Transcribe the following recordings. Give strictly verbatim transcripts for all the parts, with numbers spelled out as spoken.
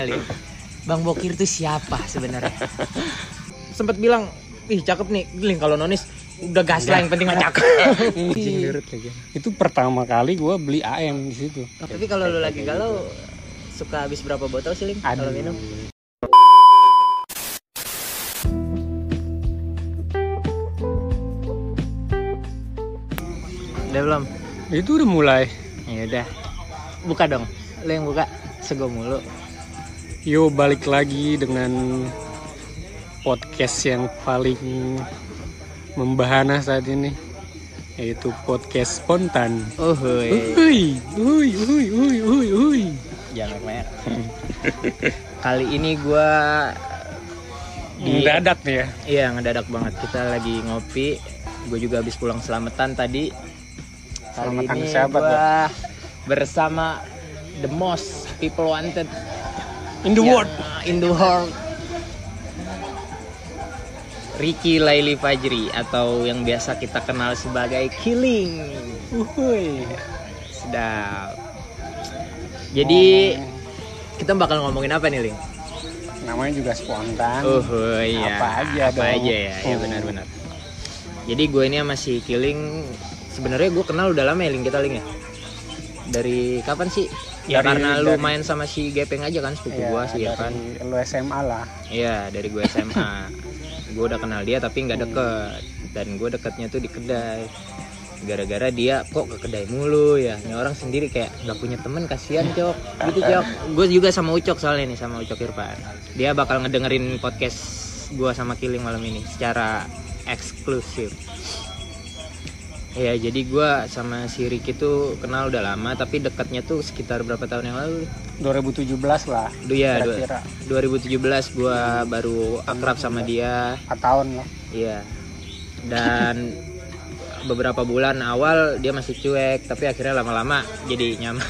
Bang Bokir itu siapa sebenarnya? Sempet bilang, ih cakep nih, Ling kalau nonis udah gas lah, yang penting mah cakep. Itu pertama kali gue beli A M di situ. Tapi kalau lu lagi galau, suka habis berapa botol sih, Ling? Kalau minum? Udah belum? Itu udah mulai. Ya udah. Buka dong. Lu yang buka, sego mulu. Yo, balik lagi dengan podcast yang paling membahana saat ini, yaitu podcast spontan. Oh, hui. Hui, hui, hui, hui, hui, hui. Jangan merah. Kali ini gua di... Mendadak nih ya. Iya, ngedadak banget. Kita lagi ngopi. Gue juga habis pulang selamatan tadi. Kali Selamatan ini siapa gua tuh? bersama the most people wanted In the yang- world. in the world. Ricky Laili Fajri atau yang biasa kita kenal sebagai Killing. Uhuy. Sedap. Jadi Ngomong- kita bakal ngomongin apa nih, Ling? namanya juga spontan. Oh iya. Apa aja Apa dong. aja ya, ya Hmm. benar-benar. Jadi gue ini sama si Killing sebenarnya gue kenal udah lama ya, Ling, kita Ling ya. Dari kapan sih? Ya Dari- karena lu dari- main sama si Gepeng aja kan, sepupu Iya, gue si Irfan. dari lu S M A lah. Iya, dari gue S M A. Gue udah kenal dia tapi nggak deket. Dan gue deketnya tuh di kedai. Gara-gara dia kok ke kedai mulu ya. Ini orang sendiri kayak nggak punya temen, kasihan Cok. Gitu Cok. Gue juga sama Ucok soalnya nih, sama Ucok Irfan. Dia bakal ngedengerin podcast gue sama Killing malam ini secara eksklusif. Ya jadi gue sama si Ricky tuh kenal udah lama, tapi dekatnya tuh sekitar berapa tahun yang lalu? dua ribu tujuh belas lah. Duh ya, Kira-kira dua ribu tujuh belas gue baru akrab sama dia. empat tahun lah. Iya. Dan beberapa bulan awal dia masih cuek, tapi akhirnya lama-lama jadi nyaman.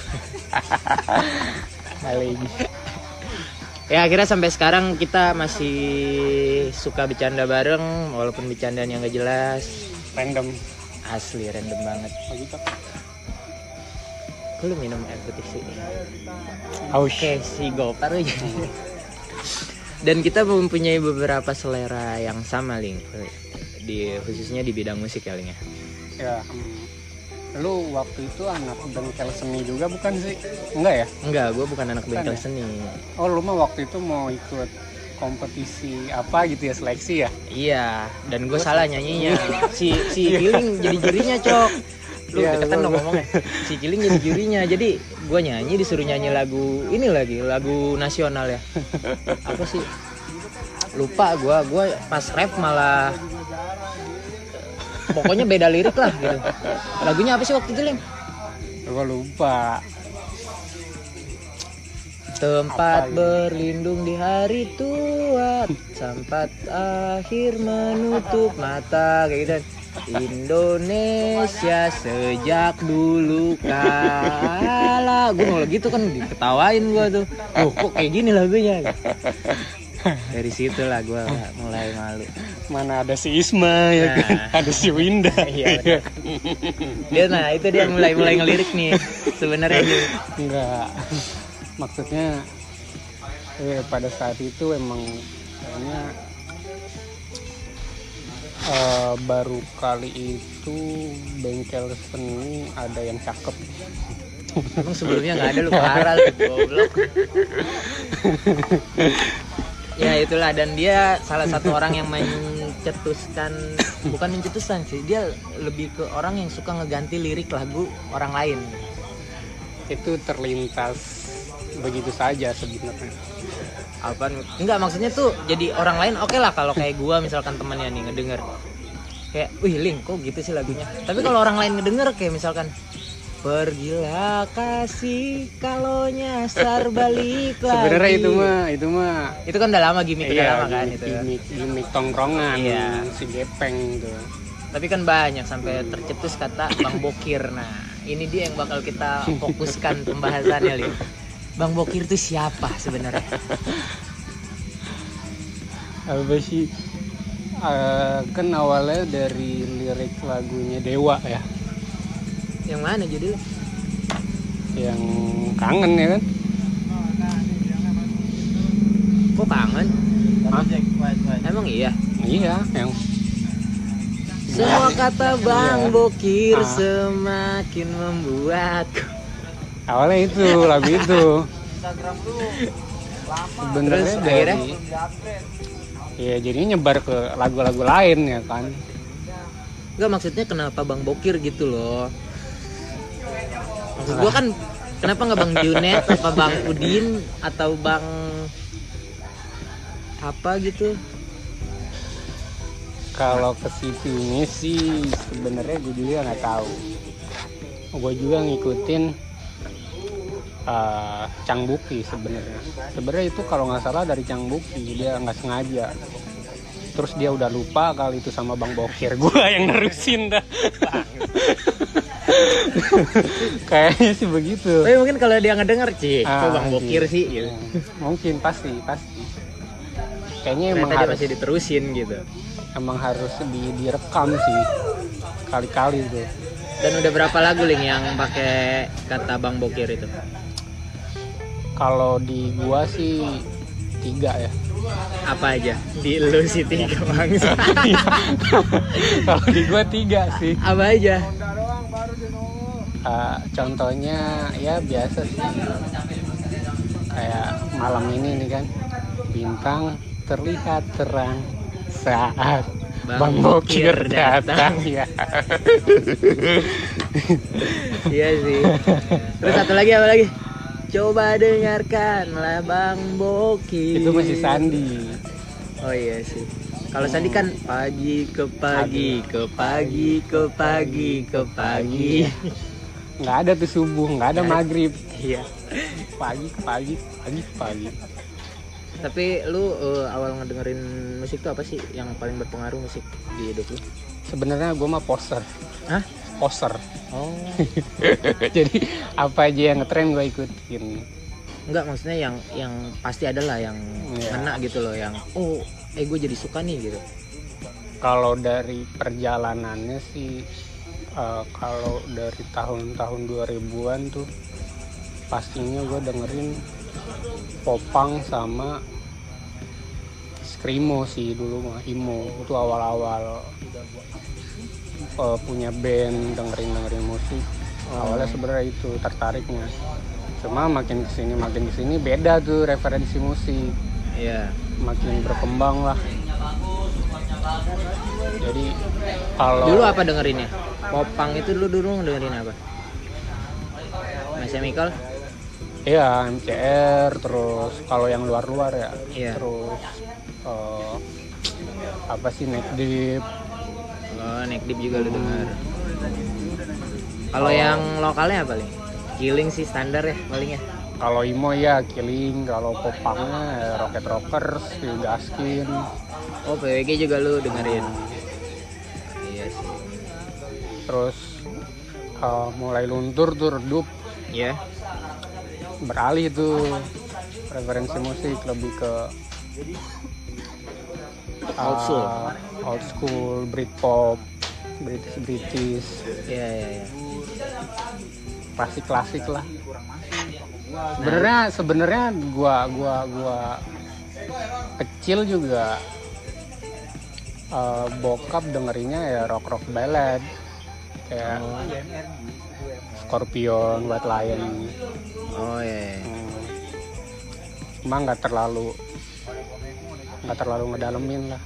Paling. Ya akhirnya sampai sekarang kita masih suka bercanda bareng, walaupun bercandaan yang gak jelas. Random. Asli random banget. Oh, gitu. Kok lu minum air putih sih? Aus. Oke, si Gopar aja. Dan kita mempunyai beberapa selera yang sama, Ling. Di khususnya di bidang musik ya, Ling ya. Ya, hmm. Lu waktu itu anak bengkel seni juga bukan sih? Enggak ya? Enggak, gue bukan anak Bukan bengkel ya? seni. Oh, lu mah waktu itu mau ikut kompetisi apa gitu ya, seleksi ya? Iya, dan gue salah nyanyinya. Si si Killing jadi jurinya, Cok. Lu Iya, deketan gua- dong ngomongnya. Si Killing jadi jurinya. Jadi gue nyanyi disuruh nyanyi lagu ini lagi, lagu nasional ya. Apa sih? Lupa gue, gue pas rap malah pokoknya beda lirik lah gitu. Lagunya apa sih waktu itu, Ling? Gua lupa. Tempat Apa gitu? berlindung di hari tua, tempat akhir menutup mata, kayak gitu. Indonesia sejak dulu kala. Gue kalau gitu kan diketawain gue tuh. Oh kok kayak gini lagunya. Dari situ lah gue mulai malu. Mana ada si Isma ya kan? Nah. Ada si Winda. Iya benar. Dia nah itu dia mulai mulai ngelirik nih sebenarnya dia. Enggak. Maksudnya eh, pada saat itu emang kayaknya eh, baru kali itu bengkel seni ada yang cakep. Emang sebelumnya nggak ada, lu parah lu goblok. Ya itulah, dan dia salah satu orang yang mencetuskan, bukan mencetuskan sih, dia lebih ke orang yang suka ngeganti lirik lagu orang lain. Itu terlintas begitu saja sebenarnya. Apa enggak, maksudnya tuh jadi orang lain oke lah kalau kayak gua misalkan temannya nih ngedenger kayak wih Ling kok gitu sih lagunya, tapi kalau orang lain ngedenger kayak misalkan pergilah kasih kalau nyasar balik lagi. Sebenarnya itu mah itu mah Itu kan udah lama, gimmick udah iya, lama kan gimmick, itu. gimmick, gimmick tongkrongan Iya. si Gepeng tuh. Tapi kan banyak sampai tercetus kata Bang Bokir. Nah, ini dia yang bakal kita fokuskan pembahasannya, Lim. Bang Bokir itu siapa sebenarnya? Apa sih? Uh, kan awalnya dari lirik lagunya Dewa ya, Yang mana judulnya? yang kangen ya kan? Kok kangen? Hah? Emang iya? Iya, yang Semua kata Bang Iya. Bokir Ah. semakin membuatku. awalnya itu lagu itu. Sebenarnya Terus dari akhirnya? ya jadinya nyebar ke lagu-lagu lain ya kan. Enggak, maksudnya kenapa Bang Bokir gitu loh. Maksud gua kan kenapa nggak Bang Junet, apa Bang Udin, atau Bang apa gitu. Kalau ke situnya sih sebenarnya gue juga nggak tahu. Gue juga ngikutin uh, Cang Buki sebenarnya. Sebenarnya itu kalau nggak salah dari Cang Buki, dia nggak sengaja. Terus dia udah lupa kali itu sama Bang Bokir. Gue yang nerusin dah. Kayaknya sih begitu. Tapi mungkin kalau dia ngedenger sih, Ah, kok Bang Bokir gitu. sih gitu. Mungkin pasti pasti. Kayaknya emang Ternyata dia harus masih diterusin gitu. emang harus di, direkam sih kali-kali tuh. Dan udah berapa lagu Ling yang pakai kata Bang Bokir itu? Kalau di gua sih tiga ya. Apa aja? Di lu sih tiga bangsa. Kalau di gua tiga sih. Apa aja? Uh, contohnya ya biasa sih. Kayak malam ini nih kan, bintang terlihat terang saat Bang Bang Bokir Bokir datang. Ya. Iya sih. Terus satu lagi apa lagi? Coba dengarkanlah Bang Bokir. Itu masih Sandi. Oh iya sih. Kalau Sandi kan pagi ke pagi, ke pagi ke pagi ke pagi. Nggak ada tuh subuh, nggak ada maghrib. Iya. Pagi ke pagi, pagi ke pagi. Tapi lu uh, awal ngedengerin musik tuh apa sih yang paling berpengaruh musik di hidup lu? Sebenarnya gue mah poser. Hah? Poser. Oh. Jadi apa aja yang ngetren gue ikutin. Enggak, maksudnya yang yang pasti ada lah yang Iya. ngena gitu loh, yang oh eh gue jadi suka nih gitu. Kalau dari perjalanannya sih uh, kalau dari tahun-tahun dua ribuan tuh pastinya gue dengerin popang sama screamo sih dulu mah, emo itu awal-awal uh, punya band, dengerin dengerin musik. Awalnya sebenarnya itu tertariknya, cuma makin kesini makin kesini beda tuh referensi musik. Iya. Makin berkembang lah. Jadi kalau Dulu apa dengerinnya? Popang itu dulu dulu dengerin apa? My Chemical? iya M C R, terus kalau yang luar-luar ya, Iya. terus uh, apa sih Neck Deep. Oh, Neck Deep juga lu denger. Kalau yang lokalnya apa nih? Killing sih standar ya palingnya. Kalau emo ya Killing, kalau popangnya ya Rocket Rockers, Lil Gaskin. Oh, P W G juga lu dengerin. Iya sih. Terus uh, mulai luntur tuh redup, Iya. beralih tuh referensi musik lebih ke Old school. uh, old school, Britpop, British British, Iya, iya, iya. klasik-klasik lah. Sebenarnya sebenarnya gua gua gua kecil juga uh, bokap dengerinnya ya rock rock ballad kayak Oh, Scorpion, White Lion. oh iya. iya. Hmm. Cuma nggak terlalu nggak terlalu ngedalemin lah.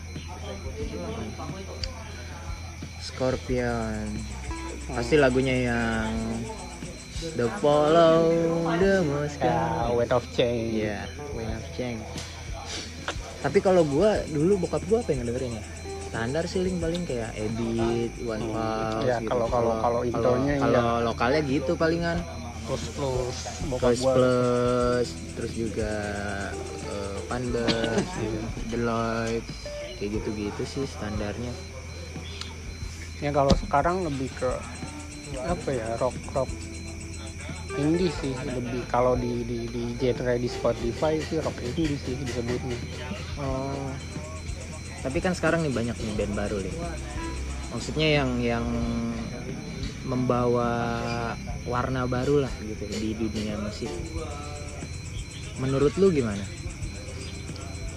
Scorpion. Pasti lagunya yang The Follow the Moscow. Ya, Weight of Change. Iya, Wind of Change. Tapi kalau gua dulu bokap gua apa yang dengerin ya? Standar sih Ling, paling kayak Edit, Iwan Fals Ya, gitu. kalau- kalau- kalau intronya kalau iya. lokalnya gitu palingan. Plus plus bokap Plus gua Plus, terus juga uh, Panbers, Deloitte, kayak gitu-gitu sih standarnya. ya kalau sekarang lebih ke apa ya, rock rock indie sih lebih. Kalau di di di genre di Spotify sih rock indie sih disebutnya. Oh. Tapi kan sekarang nih banyak nih band baru nih. Maksudnya yang yang membawa warna baru lah gitu di dunia musik. Menurut lu gimana?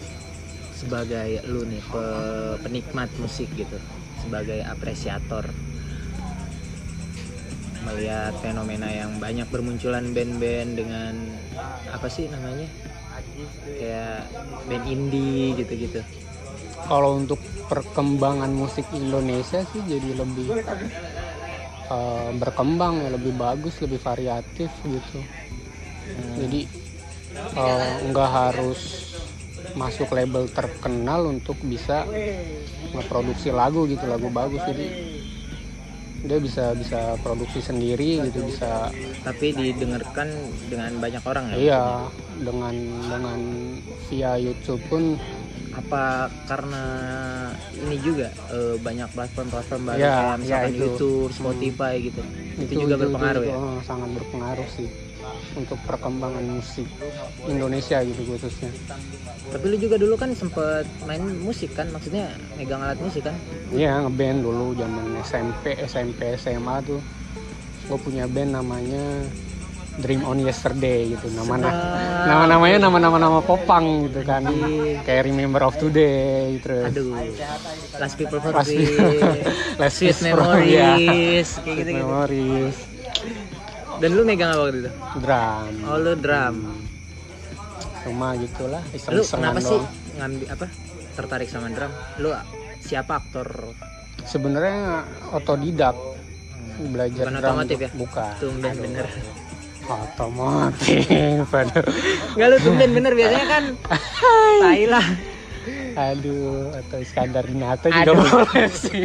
sebagai lu nih pe- penikmat musik gitu, sebagai apresiator melihat fenomena yang banyak bermunculan band-band dengan apa sih namanya, kayak band indie gitu-gitu. Kalau untuk perkembangan musik Indonesia sih jadi lebih uh, berkembang ya, lebih bagus, lebih variatif gitu. Hmm. Jadi uh, nggak harus masuk label terkenal untuk bisa ngeproduksi lagu gitu, lagu bagus. Jadi dia bisa bisa produksi sendiri gitu, bisa, tapi didengarkan dengan banyak orang ya. Iya, dengan dengan via YouTube pun. Apa karena ini juga e, banyak platform-platform baru ya, kayak misalkan ya YouTube, Spotify hmm. gitu. Itu, itu juga itu, berpengaruh itu, ya. Oh, sangat berpengaruh sih untuk perkembangan musik Indonesia gitu khususnya. Tapi lu juga dulu kan sempet main musik kan, maksudnya megang alat musik kan? Iya, ngeband dulu zaman S M P, S M P, S M A tuh. Gue punya band namanya Dream on Yesterday gitu, nama nama namanya nama-nama nama popang gitu kan, kayak Remember of Today terus. Aduh, Last People for Last, Free, Last Sweet Memories, ya. Kayak gitu gitu. Memories. Dan lu megang apa waktu itu? Drum. Oh lu drum. Cuma gitulah. Lu kenapa sih ngambil apa? Tertarik sama drum? Lu siapa aktor? Sebenarnya otodidak. Belajar bukan drum. Otomotif ya? Bukan. Tumben bener. Otomotif. Aduh. Nggak, lu tumben bener, biasanya kan tai lah. Aduh, atau Iskandar Dinata juga boleh sih.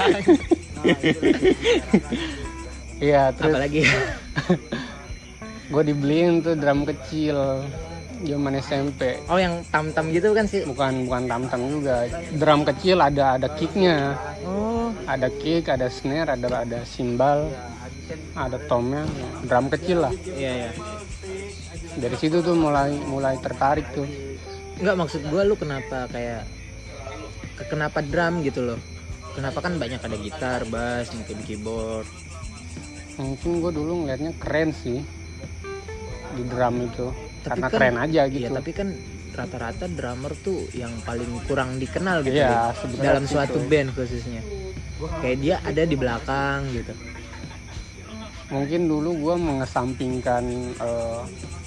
Iya, terus apalagi gue dibeliin tuh drum kecil zaman S M P. Oh, yang tam-tam gitu kan sih? Bukan, bukan tam-tam juga. Drum kecil ada ada kicknya. Oh. Ada kick, ada snare, ada ada cymbal, ada tomnya. Drum kecil lah. Iya, iya. Dari situ tuh mulai mulai tertarik tuh. Enggak, maksud gue lu kenapa kayak kenapa drum gitu loh? Kenapa, kan banyak ada gitar, bass, mungkin keyboard. Mungkin gue dulu ngeliatnya keren sih di drum itu, tapi karena kan, keren aja gitu. Iya, tapi kan rata-rata drummer tuh yang paling kurang dikenal gitu ya, ya, dalam suatu gitu. Band khususnya. Kayak dia ada di belakang gitu. Mungkin dulu gue mengesampingkan uh,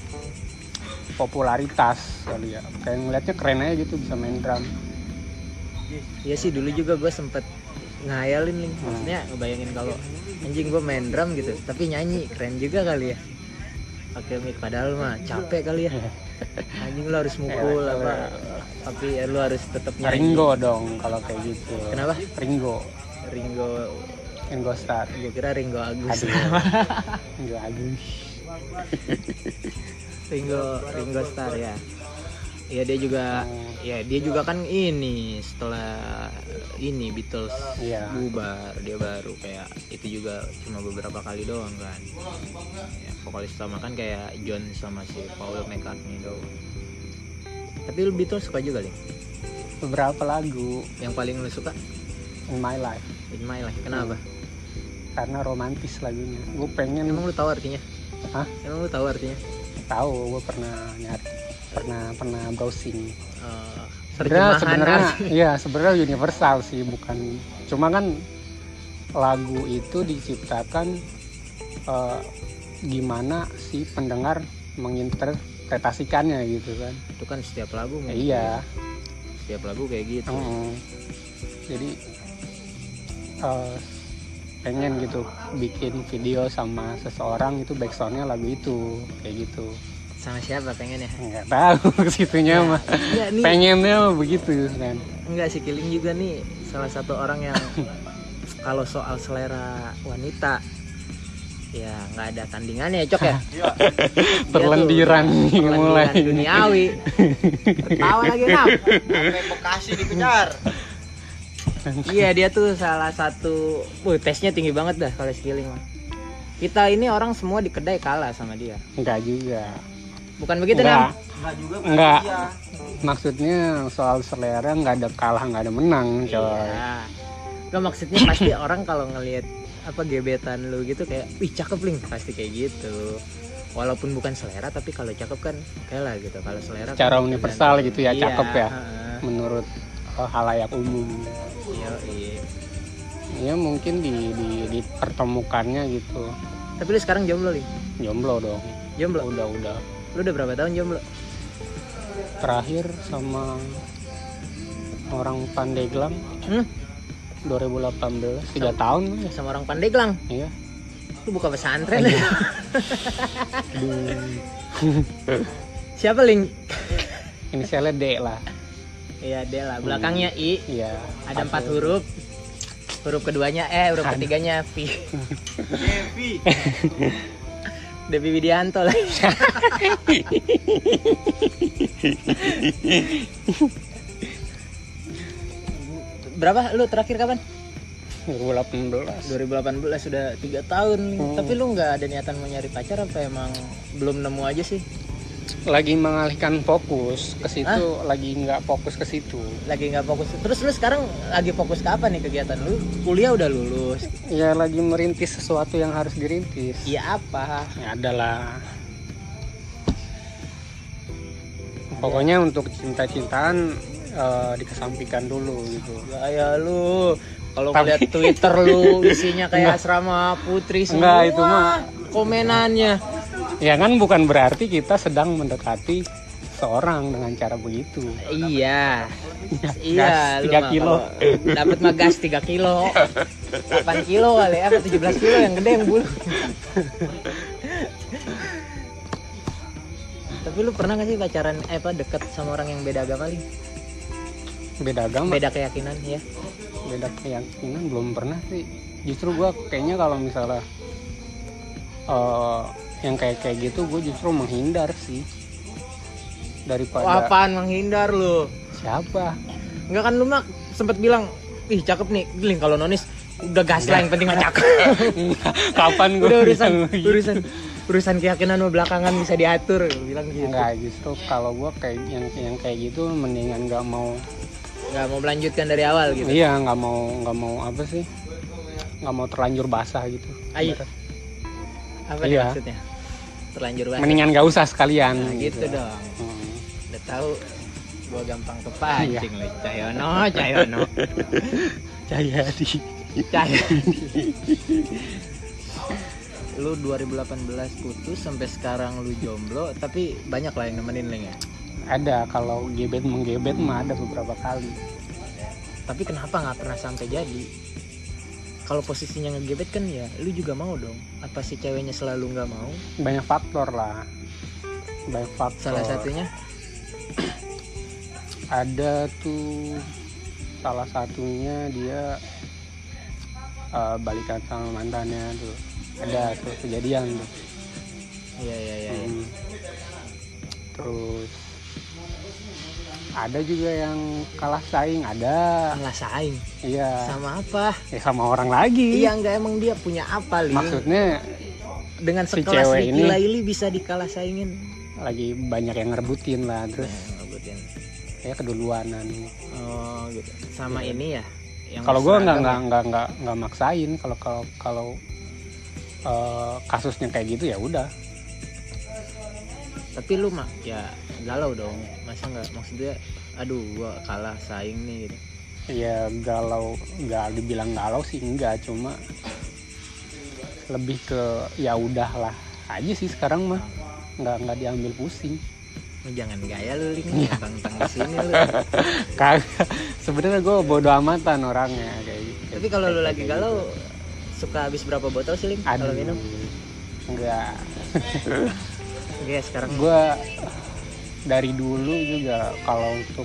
popularitas kali ya, kayak ngeliatnya keren aja gitu bisa main drum. Iya sih, dulu juga gue sempet ngayalin nih, maksudnya ngebayangin kalau anjing gue main drum gitu tapi nyanyi, keren juga kali ya pakai mic, padahal mah capek kali ya. Anjing, lo harus mukul ya, apa tapi ya lo harus tetap nyanyi. Ringo dong kalau kayak gitu. Kenapa? Ringo Ringo Ringo Starr. Gue kira Ringo Agus. Ringo Agus. Ringo Ringo Starr ya. Ya dia juga hmm. ya dia juga kan ini setelah ini Beatles yeah. bubar, dia baru kayak itu juga cuma beberapa kali doang kan. Ya, vokalis utama kan kayak John sama si Paul McCartney doang. Tapi lu Beatles suka juga, Ling? Beberapa lagu. Yang paling lu suka? In My Life. In My Life. Kenapa? Hmm. Karena romantis lagunya. Gue pengen. Emang lu tahu artinya? Hah? Emang lu tahu artinya? Tahu, gue pernah nyari. pernah pernah browsing. Uh, sebenarnya iya sebenarnya universal sih, bukan cuma kan lagu itu diciptakan uh, gimana si pendengar menginterpretasikannya gitu kan. Itu kan setiap lagu eh, iya setiap lagu kayak gitu. uh, jadi uh, pengen gitu bikin video sama seseorang itu backsoundnya lagu itu kayak gitu. Sama siapa pengen ya? Nggak tahu kesitunya mah. Nih, pengennya mah begitu kan. Enggak sih, Kiling juga nih salah satu orang yang kalau soal selera wanita ya nggak ada tandingannya ya, Cok ya. Terlendiran nih mulai duniawi. Tawa lagi Nam. Sampai Bekasi dikejar. Iya, dia tuh salah satu, wuh, tesnya tinggi banget dah kalau Kiling mah. Kita ini orang semua di kedai kalah sama dia. Enggak juga. Bukan begitu, Nam? Enggak juga. Enggak. Maksudnya soal selera nggak ada kalah, nggak ada menang, coy. Iya. Enggak, maksudnya pasti orang kalau ngelihat apa gebetan lu gitu kayak, wih cakep Ling, pasti kayak gitu. Walaupun bukan selera, tapi kalau cakep kan kayak lah gitu. Kalau selera cara kan universal gitu ya, iya, cakep ya. Uh, menurut uh, halayak umum. Iya, iya. Ya mungkin di, di dipertemukannya gitu. Tapi lu sekarang jomblo, Ling? Jomblo dong. Jomblo? Udah udah. Lu udah berapa tahun jomblo? Terakhir sama orang Pandeglang Hmm? dua ribu delapan belas, tiga tahun ya. Sama orang Pandeglang? Iya. Lu buka pesantren ya? Aduh. Siapa, Ling? Inisialnya D lah. Iya, D lah. Belakangnya I. Iya. Ada empat huruf. Huruf keduanya E, huruf ketiganya V. Devi. Devi Widianto lah. Berapa lu terakhir kapan? dua ribu delapan belas. dua ribu delapan belas, sudah tiga tahun. Hmm. Tapi lu nggak ada niatan mau nyari pacar apa emang belum nemu aja sih? Lagi mengalihkan fokus ke situ, lagi nggak fokus ke situ. Lagi nggak fokus. Terus lu sekarang lagi fokus ke apa nih kegiatan lu? Kuliah udah lulus. Ya lagi merintis sesuatu yang harus dirintis. Iya apa? Ya adalah. Pokoknya untuk cinta-cintaan uh, dikesampingkan dulu gitu. Ya lu kalau Tapi- ngeliat Twitter lu isinya kayak asrama putri semua. Enggak, itu mah. Komenannya. Ya kan bukan berarti kita sedang mendekati seorang dengan cara begitu. Iya. Gas Iya, lu tiga mah kilo. kalau dapat mah gas tiga kilo. delapan kilo kali apa tujuh belas kilo yang gede yang bulu. Tapi lu pernah gak sih pacaran eh apa deket sama orang yang beda agama, Ling? Beda agama, Beda keyakinan ya. beda keyakinan belum pernah sih. Justru gua kayaknya kalau misalnya uh, yang kayak kayak gitu gue justru menghindar sih daripada. Oh, apaan menghindar lu? Siapa? Enggak kan lu mah sempet bilang, "Ih, cakep nih." Ling kalau nonis udah gas lah yang penting mah cakep. Kapan gue Udah urusan urusan urusan keyakinan mah belakangan bisa diatur, lu bilang gitu. Enggak, justru kalau gue kayak yang yang kayak gitu mendingan nggak mau. Nggak mau melanjutkan dari awal gitu. Iya, nggak mau nggak mau apa sih? Nggak mau terlanjur basah gitu. Ayo. Apa nih Iya. maksudnya? Terlanjur banget. Mendingan nggak usah sekalian. Nah, gitu dong. Hmm. Udah tahu gua gampang kepancing lu, Cahyono, Cahyono. Cahyadi. Cahyono. Lu dua ribu delapan belas putus sampai sekarang lu jomblo, tapi banyak lah yang nemenin Ling ya. Ada, kalau gebet menggebet mah ada beberapa kali. Tapi kenapa nggak pernah sampai jadi? Kalau posisinya ngegebet kan ya, lu juga mau dong. Apa si ceweknya selalu nggak mau? Banyak faktor lah. Banyak faktor. Salah satunya? Ada tuh, salah satunya dia uh, balikan sama mantannya tuh. Ada tuh kejadian tuh. Iya iya iya. iya. Hmm. Terus ada juga yang kalah saing, ada. Kalah saing. Iya. Sama apa? Ya sama orang lagi. Iya nggak emang dia punya apa Ling? Maksudnya Dengan si sekelas cewek Ricky ini- Laili bisa dikalah saingin. lagi banyak yang ngerebutin lah, terus Nah, ngerebutin. kayak keduluanan. Oh gitu. Sama ini ya. yang Kalau gue nggak seragam nggak ya? nggak nggak nggak maksain. Kalau kalau kalau uh, kasusnya kayak gitu ya udah. Tapi lu mah ya galau dong. Masa nggak maksudnya? Aduh, gua kalah saing nih. Gitu. Ya galau, nggak dibilang galau sih enggak, cuma lebih ke ya udahlah aja sih sekarang mah, nggak nggak diambil pusing. Oh, jangan gaya lu Ling, tang-tang di sini lu. Kagak, sebenarnya gue bodo amatan orangnya kayak gitu. Tapi kalau lu Kayak lagi gitu. galau suka habis berapa botol sih Ling kalau Aduh, minum? enggak. Oke, sekarang Gue dari dulu juga kalau untuk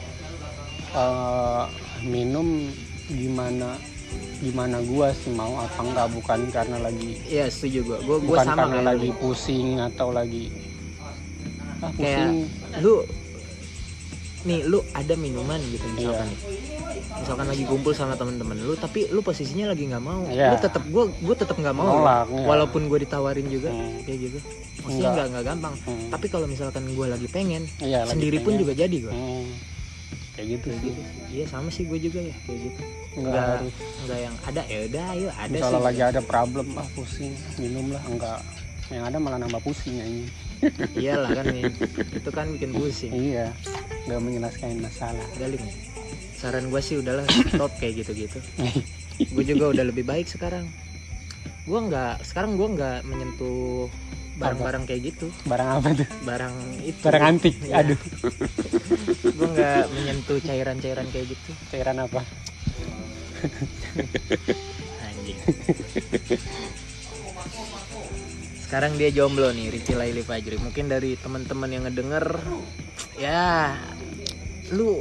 uh, minum gimana gimana gue sih mau apa enggak, bukan karena lagi iya setuju gua. Gua gua bukan sama karena kayak lagi lu. pusing atau lagi ah, Kayak pusing. lu nih lu ada minuman gitu misalkan Iya. nih. Misalkan lagi kumpul sama temen-temen lu tapi lu posisinya lagi nggak mau. Iya. Lu tetap gua gua tetap nggak mau. Nolak, loh. iya. Walaupun gua ditawarin juga Hmm. kayak gitu. Maksudnya Enggak. nggak nggak gampang. Hmm. Tapi kalau misalkan gua lagi pengen Iya, lagi sendiri pun pengen. juga jadi gua. Hmm. Kayak gitu Kayak sih. gitu. Iya sama sih gua juga ya kayak gitu. Enggak Nggak harus. nggak yang ada ya udah ayo ada Misalnya sih. lagi ada problem ah pusing minum lah, enggak, yang ada malah nambah pusing ini. Iyalah kan nih. Itu kan bikin pusing. Iya. nggak menyelesaikan masalah. Galing. Saran gue sih udahlah stop kayak gitu-gitu. Gue juga udah lebih baik sekarang. Gue nggak sekarang gue nggak menyentuh barang-barang kayak gitu. Barang apa tuh? Barang itu. Barang antik. Ya. Aduh. Gue nggak menyentuh cairan-cairan kayak gitu. Cairan apa? Anjing. Sekarang dia jomblo nih, Ricky Laili Fajri. Mungkin dari teman-teman yang ngedenger, ya lu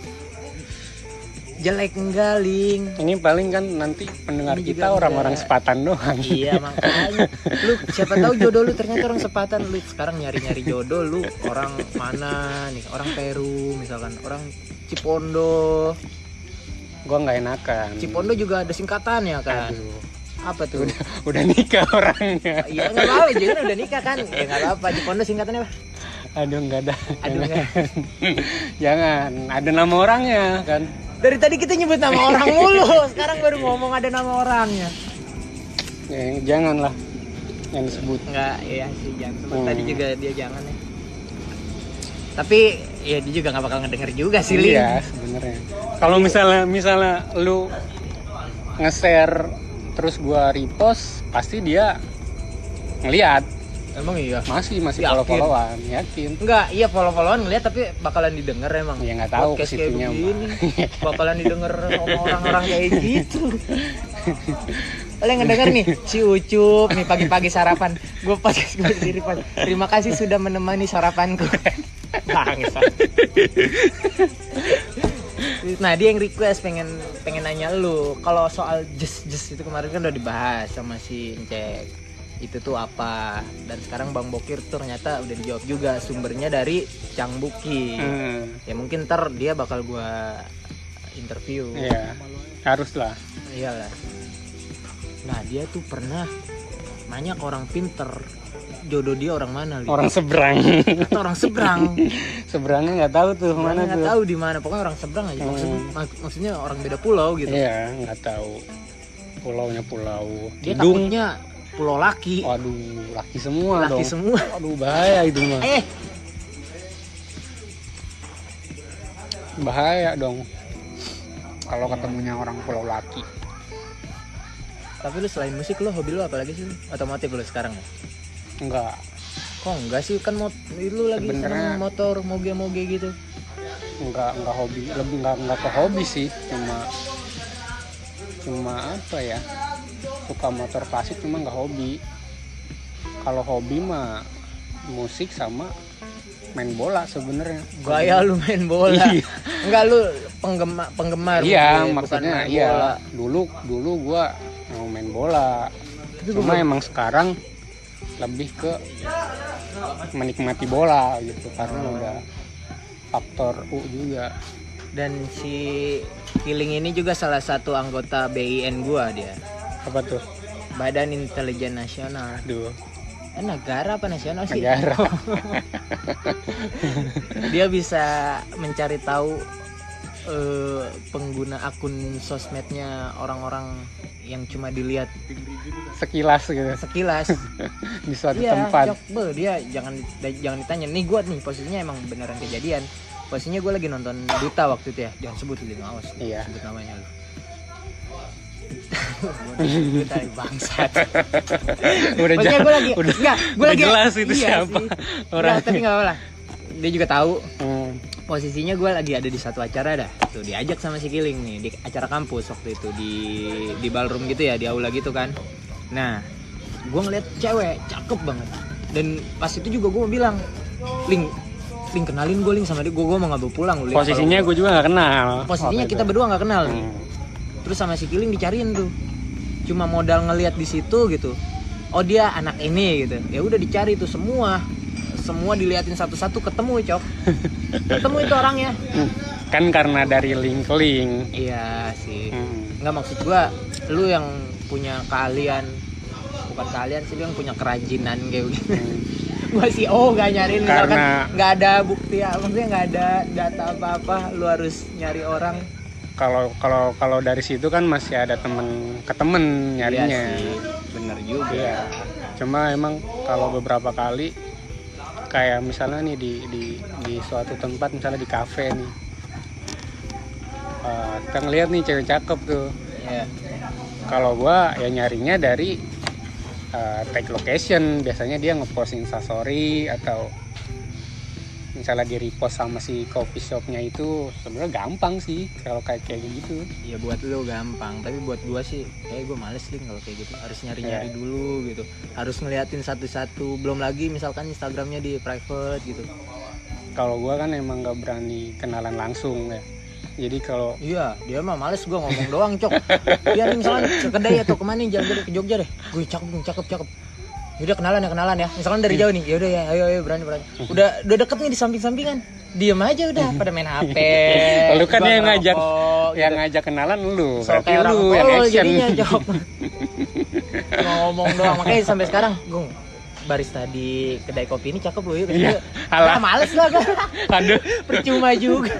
jelek enggak, Ling. Ini paling kan nanti pendengar Ini kita juga orang-orang enggak. sepatan doang. Iya makanya. Lu siapa tahu jodoh lu ternyata orang sepatan. Lu sekarang nyari-nyari jodoh lu orang mana nih? Orang Peru misalkan, orang Cipondo. Gua nggak enakan. Cipondo juga ada singkatannya kan. Aduh. Apa tuh? Udah, udah nikah orangnya. Iya nggak apa-apa, jadi udah nikah kan? Ya nggak apa-apa. Cipondo singkatannya apa? Aduh nggak ada. Aduh Jangan. nggak. Jangan. Ada nama orangnya kan. Dari tadi kita nyebut nama orang mulu, sekarang baru ngomong ada nama orangnya. Ya, janganlah yang disebut. Enggak, iya sih jangan. Sebut Hmm. tadi juga dia jangan ya. Tapi ya dia juga nggak bakal ngedenger juga sih, Ling. Iya sebenarnya. Kalau misalnya misalnya lu nge-share terus gua repost, pasti dia ngeliat. Emang iya. Masih masih Yakin? follow-followan, yakin. Enggak, iya follow-followan ngeliat tapi bakalan didengar emang. Ya nggak tahu Podcast kayak kesitunya, begini bakalan didengar sama orang-orang kayak gitu. Oleh ngedenger nih si Ucup nih pagi-pagi sarapan. Gue podcast gue sendiri pas. Terima kasih sudah menemani sarapanku. Bangsa. Nah dia yang request pengen pengen nanya lu kalau soal just just itu kemarin kan udah dibahas sama si Encek. Itu tuh apa, dan sekarang Bang Bokir tuh ternyata udah dijawab juga sumbernya dari Cang Buki. Hmm. Ya mungkin ntar dia bakal gua interview. Iya, haruslah. Iyalah. Nah dia tuh pernah nanya ke orang pinter jodoh dia orang mana, Li? Orang seberang. Atau orang seberang. Seberangnya nggak tahu tuh mana Nggak tuh. tahu di mana, pokoknya orang seberang aja. Maksud, Hmm. mak- maksudnya orang beda pulau gitu. Iya, nggak tahu. Pulaunya pulau Dia Tidung. takutnya pulau laki. Waduh, laki semua Laki dong. semua. Waduh, bahaya itu mah. Eh, Bahaya dong. Kalau ketemunya orang pulau laki. tapi lu selain musik lu hobi lu apa lagi sih? Otomotif lu sekarang ya? Enggak. Kok enggak sih, kan mot lu lagi Sebenarnya- seneng motor moge-moge gitu. Enggak, enggak hobi. Lebih enggak enggak ke hobi sih, cuma cuma apa ya? Suka motor klasik cuma enggak hobi. Kalau hobi mah musik sama main bola sebenarnya. Gaya lu main bola. Iya. Enggak, lu penggemar penggemar Iya, mungkin, bukan maksudnya main iya. bola. Dulu dulu gua mau main bola. Tapi gua Cuma belum- emang sekarang lebih ke menikmati bola gitu karena udah faktor U juga. Dan si Killing ini juga salah satu anggota B I N gua dia. Apa tuh? Badan Intelijen Nasional. Aduh, Eh, negara apa nasional sih? negara. Dia bisa mencari tahu eh, pengguna akun sosmednya orang-orang yang cuma dilihat Sekilas gitu sekilas. di suatu Iya, tempat. jok, be, dia jangan jangan ditanya. Nih gua nih posisinya emang beneran kejadian. Posisinya gue lagi nonton Duta waktu itu ya. Jangan sebut lu, awas. Iya. Sebut namanya lu. Duta bangsat. Udah Posisinya ja- gue lagi udah, enggak, gue udah lagi jelas itu iya siapa sih. orang. Enggak, tapi enggak apa-apa. Dia juga tahu. Hmm. Posisinya gue lagi ada di satu acara dah. Tuh diajak sama si Killing nih di acara kampus waktu itu di di ballroom gitu ya, di aula gitu kan. Nah, gue ngeliat cewek cakep banget. Dan pas itu juga gue mau bilang, Ling, Ling kenalin gue Ling sama dia. Gue gue mau nggak pulang lu. Ling. Posisinya Kalau- gue juga nggak kenal. posisinya waktu kita itu. berdua nggak kenal. Hmm. Terus sama si Killing dicariin tuh. Cuma modal ngeliat di situ gitu. Oh dia anak ini gitu. Ya udah dicari tuh semua. Semua diliatin satu-satu, ketemu cok. Ketemu itu orangnya. Kan karena dari link-link. Iya sih. Hmm. Nggak, maksud gua lu yang punya keahlian, bukan keahlian sih, lu yang punya kerajinan kayak gitu. Hmm. Gua sih oh nggak nyariin misalkan Karena- nggak ada bukti ya, maksudnya nggak ada data apa-apa, lu harus nyari orang. Kalau kalau kalau dari situ kan masih ada temen ke temen nyarinya. Iya sih, bener juga. Iya. Cuma emang kalau beberapa kali kayak misalnya nih di di di suatu tempat, misalnya di kafe nih, uh, kita ngeliat nih cewek cakep tuh. Iya. Kalau gua ya nyarinya dari uh, tag location, biasanya dia ngepost instastory atau misalnya di repost sama si coffee shopnya itu. Sebenarnya gampang sih kalau kayak kayak gitu. Ya buat lu gampang, tapi buat gua sih kayak gua males nih kalau kayak gitu. Harus nyari-nyari Yeah. dulu gitu. Harus ngeliatin satu-satu. Belum lagi misalkan Instagramnya di private gitu. Kalau gua kan emang nggak berani kenalan langsung ya. Jadi kalau Iya, dia mah males gua ngomong doang, Cok. Dia nih misalkan ke kedai atau kemana nih, jalan ke Jogja deh. Gue cakep, cakep, cakep. Yaudah kenalan ya, kenalan ya. Misalkan dari jauh nih, yaudah ya, ayo, ayo, berani, berani. Udah, udah deket nih di samping-sampingan. Diem aja udah, pada main H P. Lu kan gua yang ngajak, ngerokok, yang gitu. ngajak kenalan lu, So, berarti kayak orang lu yang tolol action. jadinya, Cok. Ngomong doang, makanya sampai sekarang, Gung, barista di kedai kopi ini cakep loh, yuk kesini. Iya, alah. Ah, males lah gua. Aduh, Percuma juga.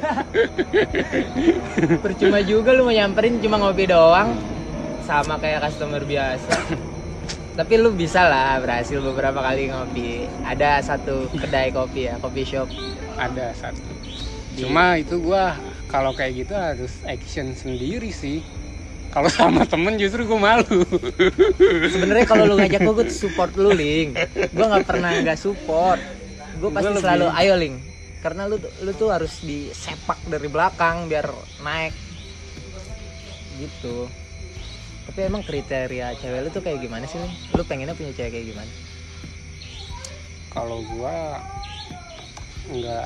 Percuma juga lu mau nyamperin cuma ngopi doang. Sama kayak customer biasa. Tapi lu bisa lah berhasil beberapa kali ngopi. Ada satu kedai kopi ya, coffee shop. ada satu. Cuma itu gua kalau kayak gitu harus action sendiri sih. Kalau sama temen justru gue malu. Sebenarnya kalau lu ngajak gue, gue tuh support lu, Ling. Gue nggak pernah nggak support. Gue pasti Gua lebih- selalu ayo, Ling. Karena lu lu tuh harus disepak dari belakang biar naik. Gitu. Tapi emang kriteria cewek lu tuh kayak gimana sih, Ling? Lu pengennya punya cewek kayak gimana? Kalau gua nggak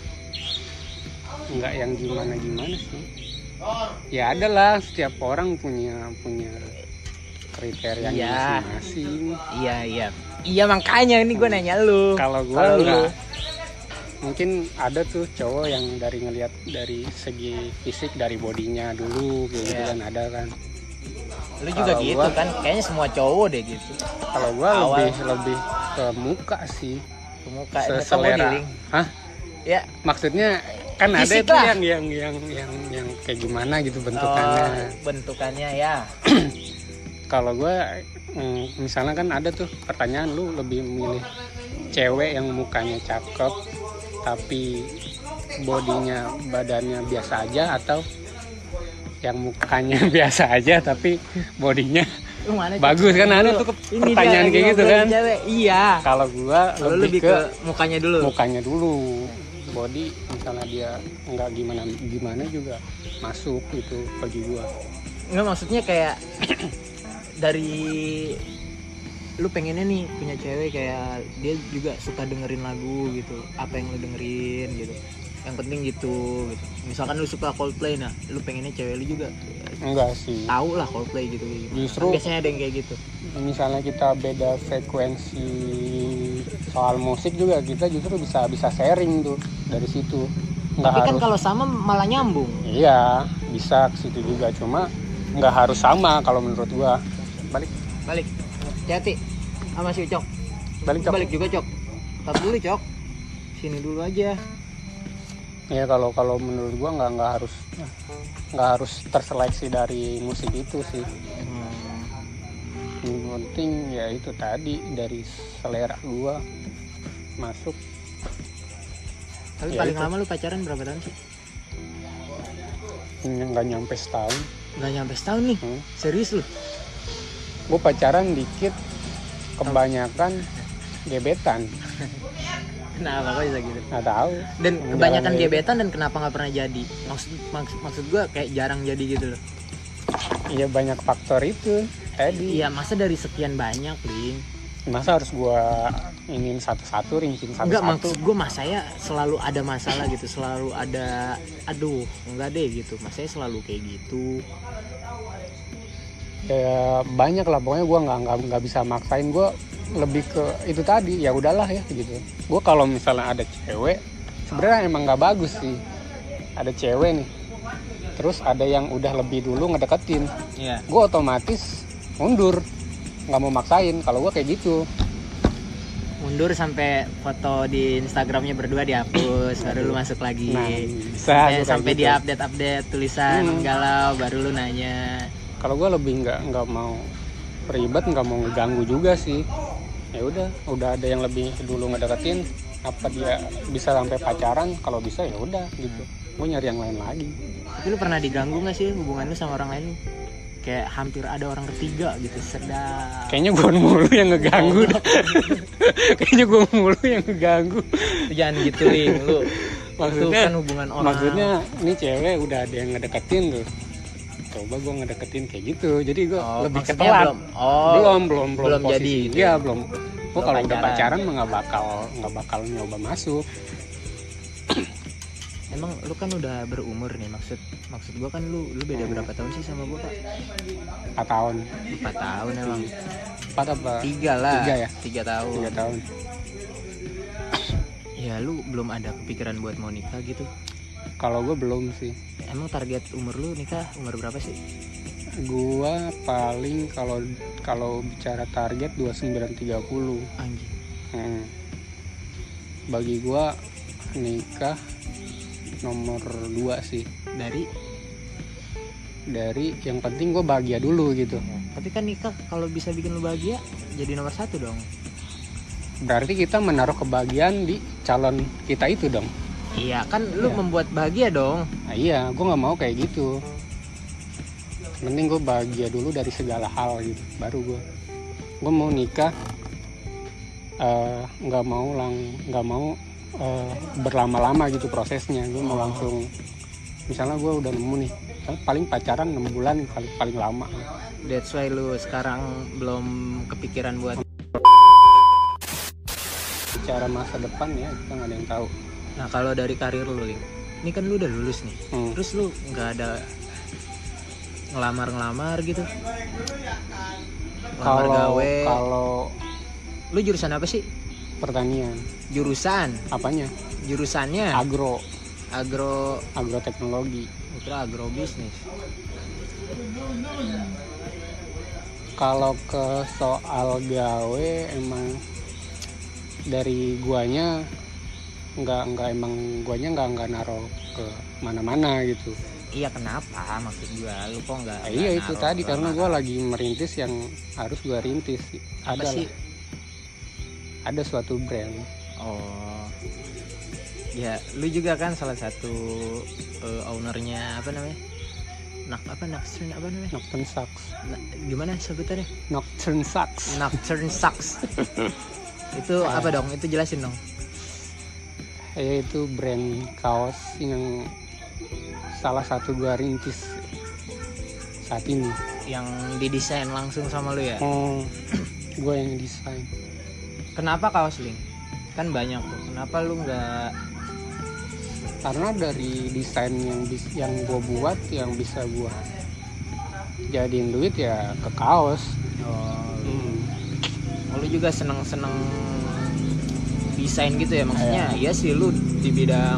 nggak yang gimana gimana sih. Ya ada lah, setiap orang punya punya kriteria Iya. masing-masing. Iya, iya. Iya makanya ini gue nanya lu. Kalau gua Kalau lu- enggak. Mungkin ada tuh cowok yang dari ngelihat dari segi fisik, dari bodinya dulu gitu Iya. kan, ada kan. Lu juga Kalau gitu gua- kan, kayaknya semua cowok deh gitu. Kalau gua Awal. lebih lebih ke muka sih. Muka Se- muka selera. body, Ling. Hah? Ya, Maksudnya kan ada Fisik itu lah. yang yang yang yang yang kayak gimana gitu bentukannya. oh, bentukannya ya. Kalau gue misalnya kan ada tuh pertanyaan, lu lebih milih cewek yang mukanya cakep tapi bodinya badannya biasa aja, atau yang mukanya biasa aja tapi bodinya Lu mana Cok? bagus? Kan ada tuh Ini pertanyaan dia, kayak lagi gitu ngobrolin kan. Cewek. Iya. Kalau gue Kalau lebih, lebih ke, ke mukanya dulu. mukanya dulu. Body misalnya dia nggak gimana gimana juga masuk gitu bagi gue. Enggak, maksudnya kayak dari lu pengennya nih punya cewek kayak dia juga suka dengerin lagu gitu, apa yang lu dengerin gitu, yang penting gitu gitu. Misalkan lu suka Coldplay, nah lu pengennya cewek lu juga Enggak sih. tahu lah Coldplay gitu gitu. Justru- Kan biasanya ada yang kayak gitu. Misalnya kita beda frekuensi soal musik juga, kita justru bisa bisa sharing tuh dari situ. Nggak Tapi kan harus, kalau sama malah nyambung. iya bisa ke situ juga, cuma nggak harus sama kalau menurut gua. Balik, Balik, hati sama si Ucok. balik Cok. Balik juga Cok. Tar dulu Cok. Sini dulu aja. Ya kalau kalau menurut gua nggak nggak harus nggak harus terseleksi dari musik itu sih. Hmm. Yang penting ya itu tadi dari selera gua masuk. Tapi Ya paling itu. lama lu pacaran berapa tahun sih? Nggak nyampe setahun. Nggak nyampe setahun nih. Hmm. Serius lu? Gua pacaran dikit, kebanyakan gebetan. Kenapa kok bisa gitu? Nggak tahu. Dan Menjalani kebanyakan itu. gebetan dan kenapa nggak pernah jadi? Maksud maksud, maksud gue kayak jarang jadi gitu loh. Iya banyak faktor itu tadi. Iya, masa dari sekian banyak, Ling? Masa harus gua ingin satu-satu, rincin Enggak, satu-satu. maksud gue mas saya selalu ada masalah gitu, selalu ada, aduh, enggak deh gitu, mas saya selalu kayak gitu. Ya banyak lah, pokoknya gua nggak nggak nggak bisa maksain. Gua lebih ke itu tadi, ya udahlah ya gitu. Gua kalau misalnya ada cewek, sebenarnya emang nggak bagus sih. Ada cewek nih, terus ada yang udah lebih dulu ngedeketin, Iya. gua otomatis mundur, nggak mau maksain. Kalau gua kayak gitu. Mundur sampai foto di Instagramnya berdua dihapus, baru lu masuk lagi. Nah, bisa sampai suka sampai gitu. di update update tulisan Hmm. galau, baru lu nanya. Kalau gue lebih nggak nggak mau ribet, nggak mau ngeganggu juga sih. Ya udah, udah ada yang lebih dulu ngedeketin, apa dia bisa sampai pacaran, kalau bisa ya udah gitu. Gue nyari yang lain lagi. Tapi lu pernah diganggu nggak sih hubungan lu sama orang lain? Kayak hampir ada orang ketiga gitu, sedang. Kayaknya gue mulu yang ngeganggu. Oh. Kayaknya gue mulu yang ngeganggu. Jangan gitu, Ling. Lu maksudnya kan hubungan orang. Maksudnya ini cewek udah ada yang ngedeketin tuh. Coba gue ngedeketin kayak gitu. Jadi gue oh, lebih ketelat. Belum. Oh, belum, belum, belum, belum jadi. Gitu. Iya, belum. Gue kalau udah pacaran mah nggak bakal nggak bakal nyoba masuk. Emang lu kan udah berumur nih, maksud maksud gua kan lu lu beda berapa tahun sih sama gua, Pak? empat tahun. empat tahun emang. empat apa? tiga lah. tiga ya? tiga tahun. tiga tahun. Ya lu belum ada kepikiran buat mau nikah gitu? Kalau gua belum sih. Emang target umur lu nikah umur berapa sih? Gua paling kalau kalau bicara target dua puluh sembilan tiga puluh. Anjing. Hmm. Bagi gua nikah nomor dua sih. Dari dari yang penting gue bahagia dulu gitu. Tapi kan nikah kalau bisa bikin lu bahagia jadi nomor satu dong. Berarti kita menaruh kebahagiaan di calon kita itu dong. Iya kan lu Iya. membuat bahagia dong. Nah, iya, gue nggak mau kayak gitu. Mending gue bahagia dulu dari segala hal gitu. Baru gue gue mau nikah nggak uh, mau lang nggak mau Uh, berlama-lama gitu prosesnya. Gue mau langsung, misalnya gue udah nemu nih, paling pacaran enam bulan paling paling lama. That's why lu sekarang belum kepikiran buat bicara masa depan ya, kita nggak ada yang tahu. Nah kalau dari karir lu, Ling, ini kan lu udah lulus nih, hmm. terus lu nggak ada ngelamar-ngelamar gitu? Ngelamar gawe. Kalau lu jurusan apa sih? Pertanian. Jurusan? Apanya? Jurusannya? Agro. Agro. Agroteknologi. Kira agrobisnis. Kalau ke soal gawe emang dari guanya nggak nggak emang guanya nggak nggak naruh ke mana-mana gitu. Iya kenapa? Maksud gua lu kok nggak? Nah, iya itu tadi karena gua lagi merintis yang harus gua rintis. Apa ada sih? Lah. Ada suatu brand. Oh, ya, lu juga kan salah satu uh, ownernya apa namanya? Nak apa Nocturne apa namanya? Nocturne Socks. Na, gimana sebutannya? Nocturne Socks. Nocturne Socks. Itu apa dong? Itu jelasin dong. Ya itu brand kaos yang salah satu gua rintis saat ini. Yang didesain langsung sama lu ya? Oh, gua yang desain. Kenapa kaos, Ling? Kan banyak tuh. Kenapa lu nggak? Karena dari desain yang bis, yang gue buat yang bisa gue jadiin duit ya ke kaos. Oh, hmm. oh lu juga seneng-seneng desain gitu ya? Maksudnya Ayah. iya sih lu di bidang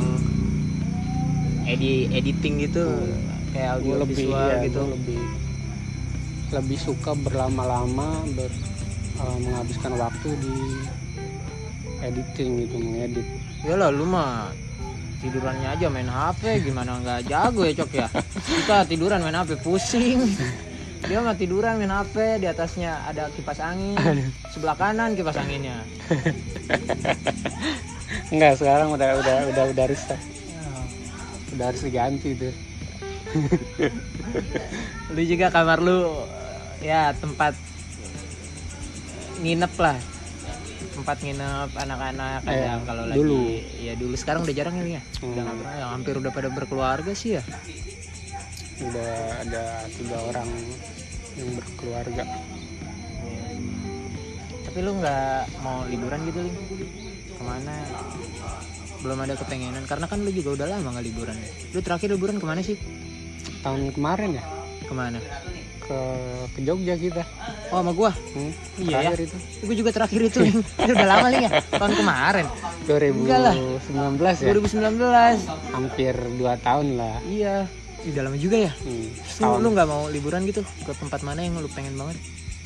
edi editing gitu, hmm. kayak audio lebih, visual ya, gitu. Lebih lebih suka berlama-lama ber, uh, menghabiskan waktu di editing gitu, mengedit. Ya lah lu mah tidurannya aja main H P, gimana nggak jago ya Cok ya? Kita tiduran main H P pusing. Dia mah tiduran main H P, di atasnya ada kipas angin, sebelah kanan kipas anginnya. Enggak, sekarang udah udah udah udah harus udah harus diganti tuh. Lu juga kamar lu ya tempat nginep lah. Tempat nginep anak-anak kadang eh, kalau lagi dulu. Ya dulu, sekarang udah jarang ya, hmm. udah nggak pernah, ya, hampir udah pada berkeluarga sih ya. Udah ada tiga orang yang berkeluarga. Hmm. Tapi lu nggak mau liburan gitu, Ling? Kemana? Belum ada kepengenan, karena kan lu juga udah lama nggak liburan ya. Lu terakhir liburan kemana sih? Tahun kemarin ya? Kemana? Ke ke Jogja kita. Oh sama gua? Hmm, iya ya. Itu. Gue juga terakhir itu. Itu udah lama Ling ya? Tahun kemarin. dua ribu sembilan belas ya? dua ribu sembilan belas. Hampir dua tahun lah. Iya. Udah lama juga ya? Hmm, lu, lu gak mau liburan gitu? Ke tempat mana yang lu pengen banget?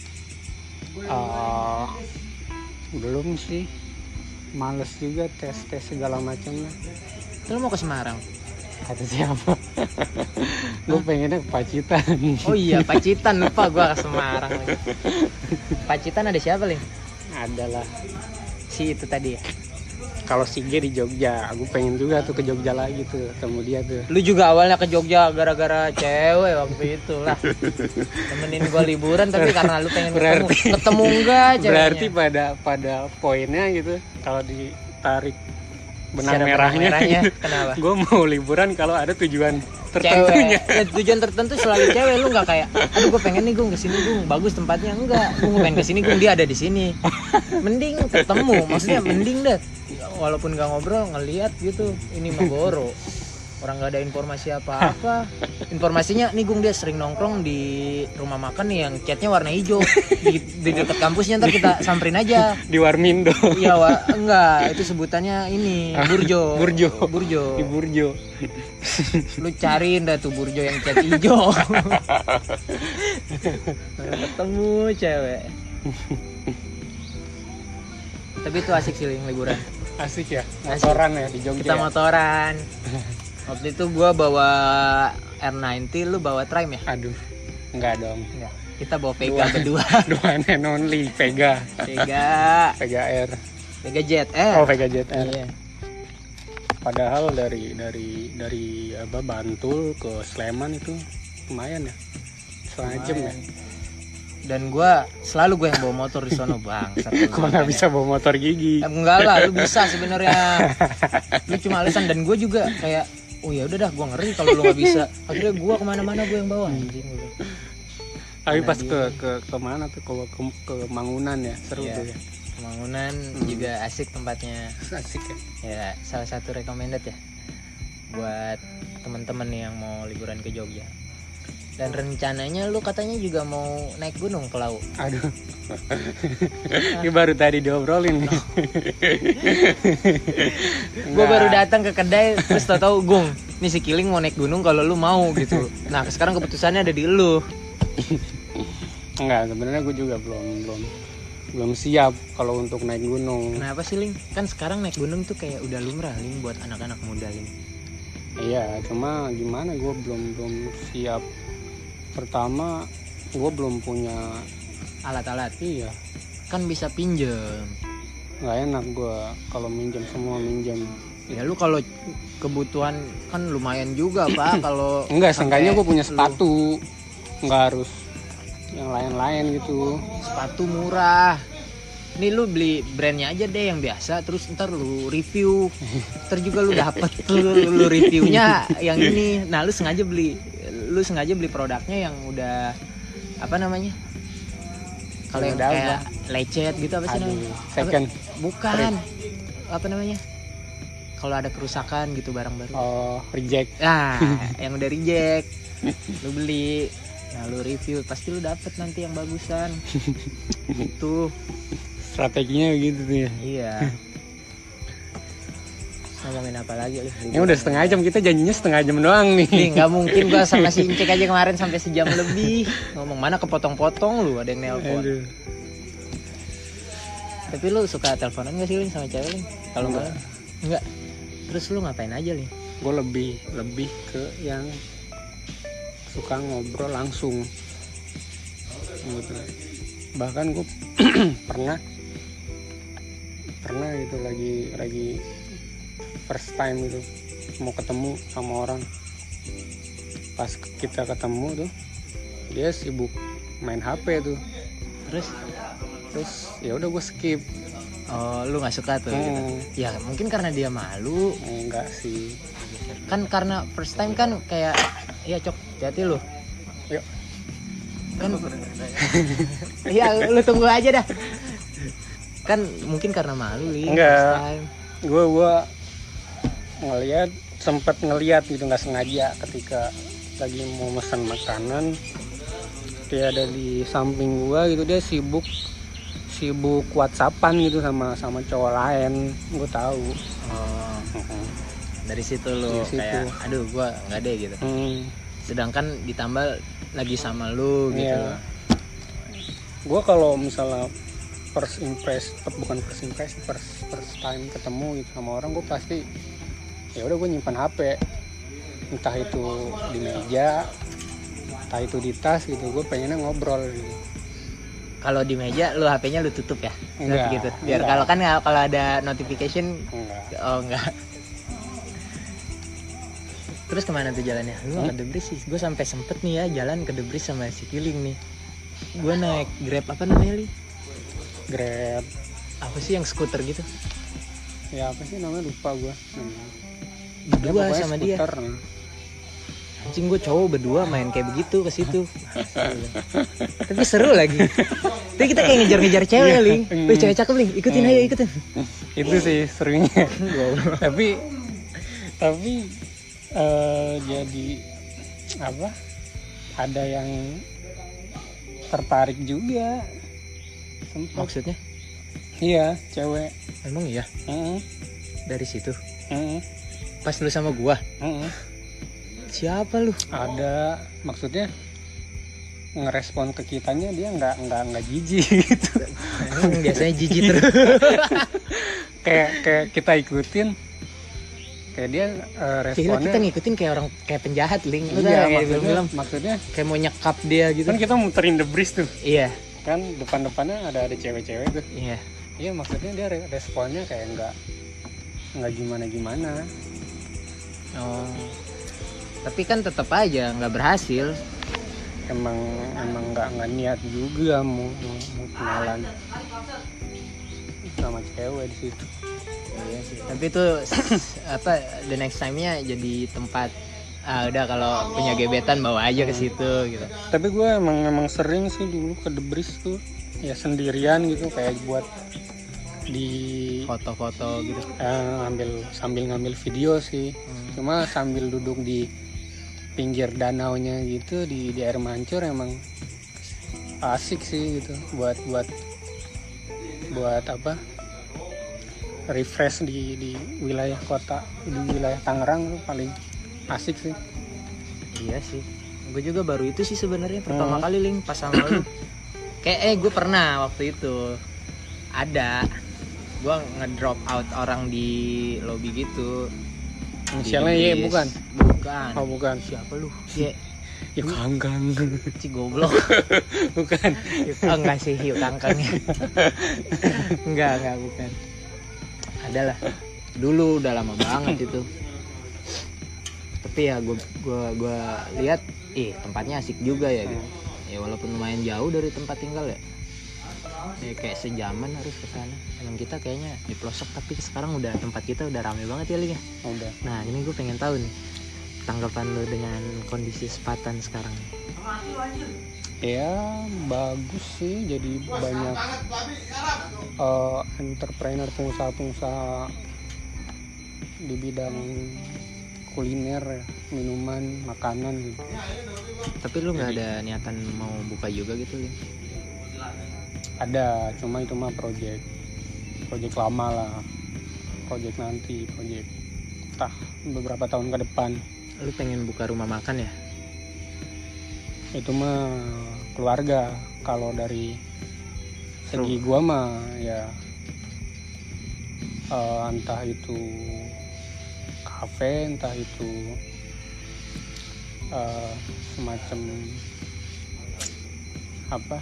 Uh, belum sih. Males juga tes-tes segala macamnya. Lu mau ke Semarang? Kata siapa? Gue pengennya ke Pacitan. Oh iya, Pacitan, lupa gue ke Semarang lagi. Pacitan ada siapa, Ling? Adalah si itu tadi ya. kalau si G di Jogja, aku pengen juga tuh ke Jogja lagi tuh, ketemu dia tuh. Lu juga awalnya ke Jogja gara-gara cewek waktu itu lah. Temenin gua liburan tapi karena lu pengen Berarti- ketemu, ketemu enggak ceweknya. Berarti pada pada poinnya gitu, kalau ditarik benang Secara merahnya, merahnya, gitu, kenapa? gue mau liburan kalau ada tujuan Cewek. tertentunya. Ya, tujuan tertentu selalu cewek, lu nggak kayak, aduh gue pengen nih gung kesini gung, bagus tempatnya, enggak, gue pengen kesini gung, dia ada di sini. Mending ketemu, maksudnya mending deh, walaupun nggak ngobrol ngelihat gitu, ini mah goro. Orang nggak ada informasi apa-apa. Informasinya nih gung dia sering nongkrong di rumah makan nih yang catnya warna hijau di, di dekat kampusnya, ntar kita samperin aja. Di Warmindo. Iya, wa- enggak, itu sebutannya ini burjo. Burjo. Burjo. Di Burjo. Lu cariin dah tuh burjo yang cat hijau. Ketemu cewek. Tapi itu asik sih Ling, liburan. Asik ya, motoran ya di Jogja. Kita ya? motoran. Waktu itu gua bawa R sembilan puluh, lu bawa Trime ya? Aduh, enggak dong. Enggak. Kita bawa Vega berdua. Dua and only, Vega. Vega. Vega R. Vega Jet R. Oh, Vega Jet R. Iya. Padahal dari dari dari apa Bantul ke Sleman itu lumayan ya. Setengah jam ya. Dan gua selalu gue yang bawa motor di sono, Bang. Gua nggak bisa bawa motor gigi. Eh, enggak lah, lu bisa sebenarnya. Lu cuma alasan, dan gue juga kayak, oh ya udah dah, gue ngeri kalau lu nggak bisa. Akhirnya gue kemana-mana gue yang bawa. Anjing. Tapi Mana pas dia? ke ke ke mana tuh ke, ke, ke Mangunan ya, seru Iya. tuh ya. Pembangunan juga asik tempatnya. Asik ya. Ya salah satu recommended ya buat teman-teman nih yang mau liburan ke Jogja. Dan rencananya lu katanya juga mau naik gunung ke Lau. Aduh. Ini baru tadi diobrolin nih. Gue baru datang ke kedai terus tau-tau Gung, nih si Kiling mau naik gunung kalau lu mau gitu. Nah sekarang keputusannya ada di lu. Enggak, sebenarnya gue juga belum belum belum siap kalau untuk naik gunung. Kenapa sih Ling? Kan sekarang naik gunung tuh kayak udah lumrah Ling buat anak-anak muda Ling. Iya, cuma gimana gue belum belum siap. Pertama, gue belum punya Alat-alat iya, kan bisa pinjem. nggak enak gue kalau minjem semua minjem. Ya lu kalau kebutuhan kan lumayan juga Pak kalau Enggak, seenggaknya gue punya lu- sepatu, nggak harus yang lain-lain gitu. sepatu murah. Nih lu beli brandnya aja deh yang biasa, terus ntar lu review, ntar juga lu dapet tuh lu reviewnya yang ini. Nah lu sengaja beli, lu sengaja beli produknya yang udah apa namanya? Kalau yang Yang udah kayak lecet gitu apa sih Aduh, namanya? second. Apa- Bukan. Apa namanya? Kalau ada kerusakan gitu barang baru. Oh, reject. Nah, yang udah reject, lu beli, nah lu review, pasti lu dapet nanti yang bagusan. Itu, Strateginya begitu tuh ya. iya. Ngomongin apa lagi? Li? Ini udah setengah jam, kita janjinya setengah jam doang nih. Nih, nggak mungkin gua sama si Incek aja kemarin sampai sejam lebih. Ngomong mana kepotong-potong lu, ada yang nelpon. Aduh. Tapi lu suka teleponan nggak sih Ling sama cewek Ling? Kalau Enggak. malam? Enggak. Terus lu ngapain aja Ling? Gue lebih lebih ke yang suka ngobrol langsung gitu. Bahkan gue pernah pernah gitu lagi lagi first time gitu mau ketemu sama orang, pas kita ketemu tuh dia sibuk main H P tuh, Terus? terus ya udah gue skip. Oh, lu nggak suka tuh? Gitu. Hmm, Ya mungkin karena dia malu. enggak sih. Kan karena first time kan kayak, iya Cok, hati lu. Yuk. Kan iya lu tunggu aja dah. Kan mungkin karena malu Ling. Enggak. First time. gue gue ngelihat sempet ngelihat gitu nggak sengaja ketika lagi mau pesan makanan, dia ada di samping gue gitu, dia sibuk sibuk WhatsAppan gitu sama sama cowok lain, gue tahu. Oh, dari situ lu Dari situ. kayak aduh gua nggak deh gitu. hmm. Sedangkan ditambah lagi sama lu gitu. Iya. Gue kalau misalnya first impress bukan first impression first first time ketemu gitu sama orang, gue pasti ya udah gue nyimpan H P, entah itu di meja, entah itu di tas gitu. Gue pengennya ngobrol gitu. kalau di meja lu H P-nya lu tutup ya? Enggak, gitu. Biar enggak. kalau kan kalau ada notification Enggak. oh enggak. Terus kemana tuh jalannya? Lu Hmm? ke Debris sih. Gue sampai sempet nih ya jalan ke Debris sama si Kiling nih. Gue naik Grab apa namanya li? Grab. Apa sih yang skuter gitu? Ya apa sih namanya lupa gua. Hmm. Berdua Ya, pokoknya sama dia. skuter. Anjing gue cowok berdua main kayak begitu ke situ. Tapi seru lagi. Tapi kita kayak ngejar-ngejar cewek Iya. ling. Wih cewek cakep ling, ikutin Hmm. ayo ikutin. Itu sih serunya. tapi tapi eh, jadi apa? Ada yang tertarik juga. Sempet. Maksudnya? Iya, cewek. Emang iya Heeh. dari situ. Heeh. Pas lu sama gua, Heeh. siapa lu? Ada maksudnya ngerespon ke kitanya dia nggak nggak nggak jijik gitu. Emang biasanya jijik terus. kayak kayak kita ikutin kayak dia eh, Kira responnya kita ngikutin kayak orang kayak penjahat ling. Lu iya, tau kayak maksudnya, film-film maksudnya kayak mau nyekap dia gitu. kan kita muterin The Breeze tuh Iya, kan depan-depannya ada ada cewek-cewek tuh. iya. Iya maksudnya dia re- responnya kayak nggak nggak gimana-gimana. Oh. Tapi kan tetap aja nggak berhasil. Emang emang nggak nggak niat juga mau mau, mau kenalan sama cewek di situ. Iya sih. Tapi itu apa the next time-nya jadi tempat ah udah kalau punya gebetan bawa aja ke situ gitu. Tapi gue emang emang sering sih dulu ke The Breeze tuh ya sendirian gitu kayak buat di Foto-foto gitu. eh, ngambil sambil ngambil video sih. Hmm. Cuma sambil duduk di pinggir danaunya gitu di di air mancur emang asik sih gitu buat buat buat apa refresh di di wilayah kota di wilayah Tangerang tuh paling asik sih. Iya sih. Gue juga baru itu sih sebenarnya pertama Hmm. kali link pas sama lu. Kayak eh gue pernah waktu itu ada gue ngedrop out orang di lobby gitu. Inisialnya Di- Y bukan? Bukan. Oh bukan. Siapa lu? Si Ya kangkang. si goblok. Bukan. Oh enggak sih hiu kangkangnya. enggak, enggak bukan. Adalah. Dulu udah lama banget itu. Tapi ya gue gua gua lihat ih tempatnya asik juga ya gitu. Ya walaupun lumayan jauh dari tempat tinggal ya. Ya kayak sejaman harus ke sana. Emang kita kayaknya di pelosok tapi sekarang udah tempat kita udah rame banget ya Ling ya. Udah. Nah, ini gue pengen tahu nih tanggapan lu dengan kondisi Sepatan sekarang. Ya bagus sih jadi banyak eh, entrepreneur pengusaha-pengusaha di bidang kuliner ya, minuman, makanan gitu. Tapi lu nggak ada niatan mau buka juga gitu Ling? Ada, cuma itu mah project project lama lah, project nanti, project entah beberapa tahun ke depan. Lu pengen buka rumah makan ya? Itu mah keluarga. Kalau dari segi gua mah ya eh, entah itu kafe, entah itu eh, semacam apa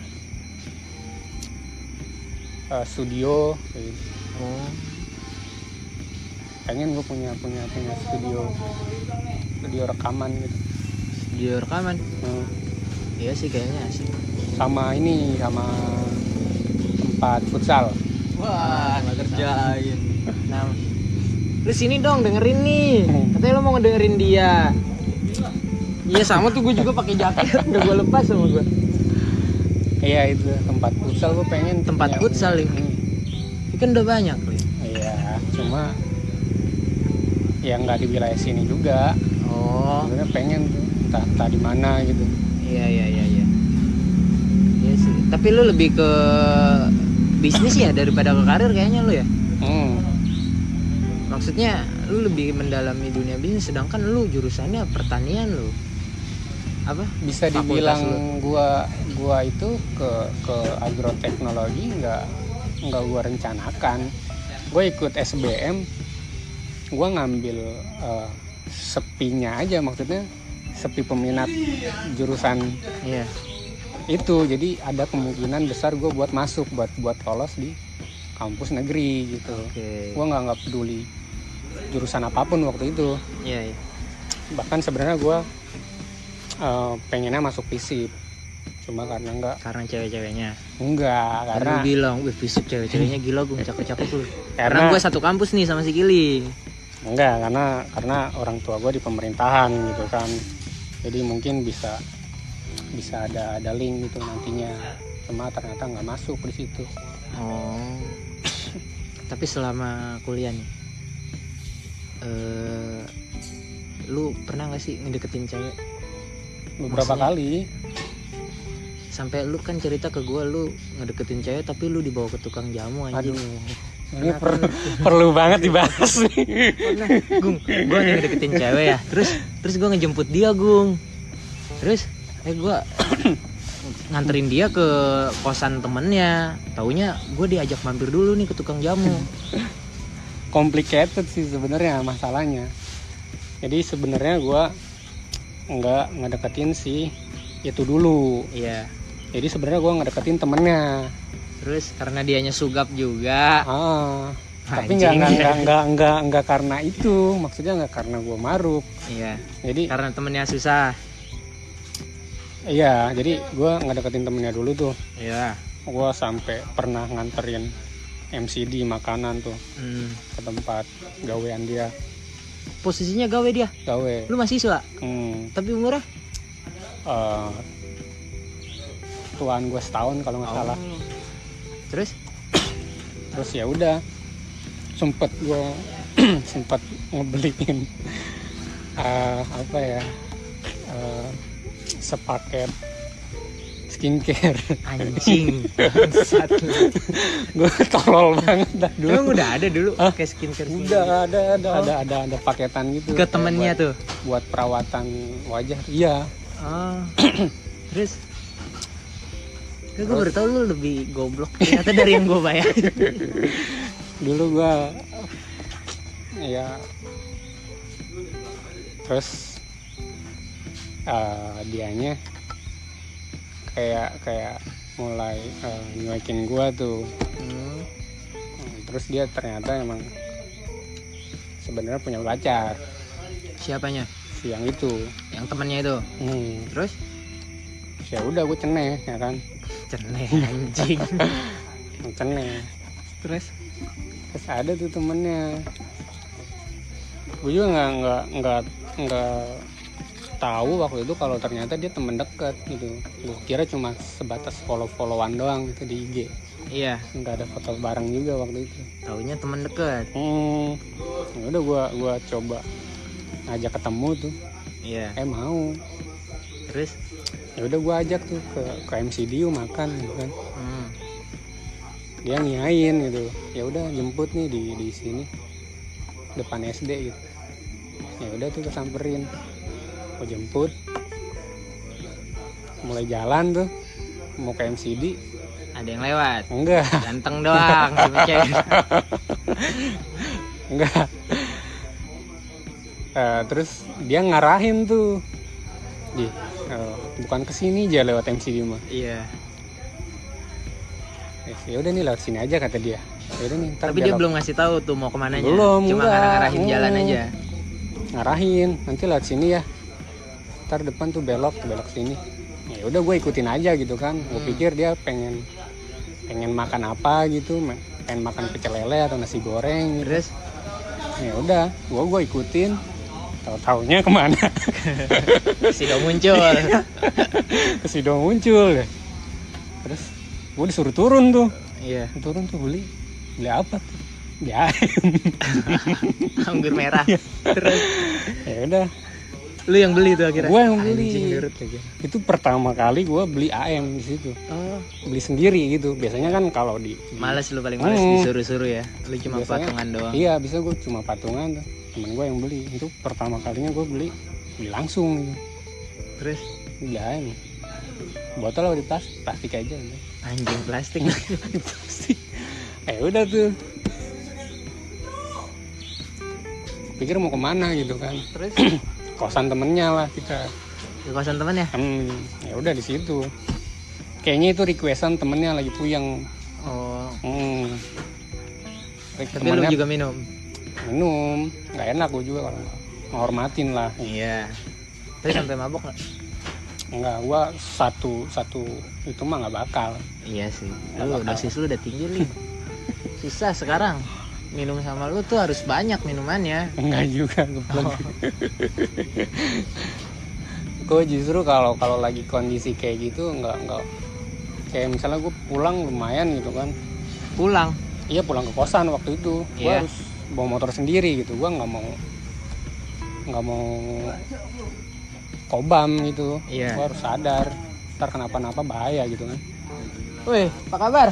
eh, studio gitu. Oh, Pengen gue punya punya punya studio studio rekaman gitu. di rekaman. Hmm. Iya sih kayaknya asik. Sama ini sama tempat futsal. Wah, kerjain. Nah, lu sini dong dengerin nih. Katanya lu mau ngedengerin dia. Iya sama tuh gue juga pakai jaket, udah gue lepas sama gue. Iya itu tempat futsal gue pengen Tempat punya- futsal, Ling. Hmm. Ini kan udah banyak Ling. Iya cuma ya nggak di wilayah sini juga. Oh, Sebenarnya pengen tuh entah entah di mana gitu. iya iya iya iya. Iya sih. Tapi lu lebih ke bisnis ya daripada ke karir kayaknya lu ya. Hmm. Maksudnya lu lebih mendalami dunia bisnis sedangkan lu jurusannya pertanian lu. Apa? Bisa Fakultas dibilang lu. gua gua itu ke ke agroteknologi nggak nggak gua rencanakan. Gue ikut S B M, gua ngambil eh, sepinya aja, maksudnya sepi peminat jurusan Iya. itu jadi ada kemungkinan besar gue buat masuk buat buat lolos di kampus negeri gitu. Oke. Gue nggak nggak peduli jurusan apapun waktu itu. Iya, iya. Bahkan sebenarnya gue uh, pengennya masuk fisip, cuma karena nggak Karena cewek-ceweknya. enggak karena Karena bilang, wih fisip cewek-ceweknya gila gue, cakep-cakep lu. Karena karena gue satu kampus nih sama si Giling. enggak karena karena orang tua gue di pemerintahan gitu kan, jadi mungkin bisa bisa ada ada link gitu nantinya, cuma ternyata nggak masuk di situ. Oh. Tapi selama kuliah nih, eh, lu pernah nggak sih ngedeketin cewek? Beberapa Maksudnya? kali. Sampai lu kan cerita ke gue, lu ngedeketin cewek tapi lu dibawa ke tukang jamu anjing. Aduh, ini per- perlu banget dibahas nih. Pernah, Gung, gue ngedeketin cewek ya, terus terus gue ngejemput dia, Gung. Terus eh gue nganterin dia ke kosan temennya, taunya gue diajak mampir dulu nih ke tukang jamu. Complicated sih sebenarnya masalahnya. Jadi sebenarnya gue nggak ngedeketin si itu dulu. Iya. Jadi sebenarnya gue ngedeketin temennya. Terus karena dianya sugap juga. Ah, tapi Anjing. nggak nggak nggak nggak nggak nggak karena itu, maksudnya nggak karena gue maruk. Iya. Jadi Karena temennya susah. iya, jadi gue ngedeketin temennya dulu tuh. Iya. Gue sampai pernah nganterin M C D makanan tuh Hmm. ke tempat gawean dia. Posisinya gawe dia. Gawe. Lu mahasiswa, Hmm, tapi umurnya? eh, tuan gue setahun kalau nggak salah. Terus? Terus ya udah, sempet gue sempet ngebeliin eh, apa ya, eh, sepaket skincare. Anjing. Bangsat lu. Gue tolol banget dah dulu. Emang udah ada dulu Hah? kayak skincare sendiri? Udah ada ada Oh. ada ada ada paketan gitu. Ke kayak temennya buat, tuh. buat perawatan wajah. Iya. Oh. Terus? Gue baru tau lu lebih goblok ternyata dari yang gue bayar. Dulu gue ya terus uh, dianya kayak kayak mulai uh, nyuekin gue tuh. Hmm. Terus dia ternyata emang sebenarnya punya pacar, Siapanya? si yang itu. Yang temannya itu. Hmm. Terus? Ya udah gue ceneh ya kan, Ceneh anjing. ceneh. Terus? Terus ada tuh temennya, gue juga nggak nggak nggak nggak tahu waktu itu kalau ternyata dia temen dekat gitu. Gue kira cuma sebatas follow followan doang gitu di I G, Iya. nggak ada foto bareng juga waktu itu. Taunya teman dekat. Hmm, ya udah gue gua coba ngajak ketemu tuh, Iya. eh mau. Terus? Ya udah gue ajak tuh ke ke M C D U makan gitu kan. Hmm. Dia ngiyain gitu, ya udah jemput nih di di sini depan S D gitu. Ya udah tuh kesamperin, gue jemput, mulai jalan tuh mau ke M C D. Ada yang lewat. Enggak, Ganteng doang si cewek. enggak. Eh, terus dia ngarahin tuh, di eh, bukan kesini aja lewat M C D mah. Iya. Ya udah nih lewat sini aja kata dia. Ya udah nih. Ntar Tapi dia belok. belum ngasih tahu tuh mau kemananya. Belum, Cuma enggak. ngarah-ngarahin Hmm. jalan aja. Ngarahin, nanti lewat sini ya. Ntar depan tuh belok, belok sini. Ya udah gue ikutin aja gitu kan. Gue Hmm. pikir dia pengen pengen makan apa gitu, pengen makan pecel lele atau nasi goreng gitu. Terus? Ya udah, gue gue ikutin. Tahu-taunya kemana? Si udah muncul. Ke Sido muncul deh. Terus gue disuruh turun tuh. Iya. Turun tuh beli beli apa tuh? Beli ayam. Anggur merah. Terus? Ya udah, Lu yang beli tuh akhirnya? Gua yang beli. Anjing nurut lagi. itu pertama kali gue beli ayam di situ. Oh. Beli sendiri gitu. Biasanya kan kalau di, di Males lu paling males Hmm. disuruh-suruh ya. Lu cuma biasanya- patungan doang. Iya, bisa gue cuma patungan tuh. Temen gue yang beli. Itu pertama kalinya gue beli beli langsung gitu. Terus? Beli ayam. Botol udah di plastik, plastik aja gitu. Anjing plastik. Di plastik. Eh udah tuh. Pikir mau kemana gitu kan. Terus? Kosan temennya lah kita. Di kosan teman ya? Hmm, ya udah di situ. kayaknya itu requestan temennya lagi puyeng. Oh. Hmm. Tapi lu juga minum. Minum, nggak enak gue juga kalau menghormatin lah. Iya. Tapi sampai mabok nggak? Enggak, gue satu satu itu mah nggak bakal. Iya sih. Nggak Lu bakal. dosis lu udah tinggi Ling. Susah sekarang. Minum sama lu tuh harus banyak minumannya. Enggak juga, geblek. Gue justru kalau kalau lagi kondisi kayak gitu nggak nggak kayak misalnya gue pulang lumayan gitu kan. Pulang. Iya pulang ke kosan waktu itu. Gue Iya. harus bawa motor sendiri gitu. Gue nggak mau nggak mau kobam gitu. Iya. Gue harus sadar. Ntar kenapa-napa bahaya gitu kan. Woi, apa kabar?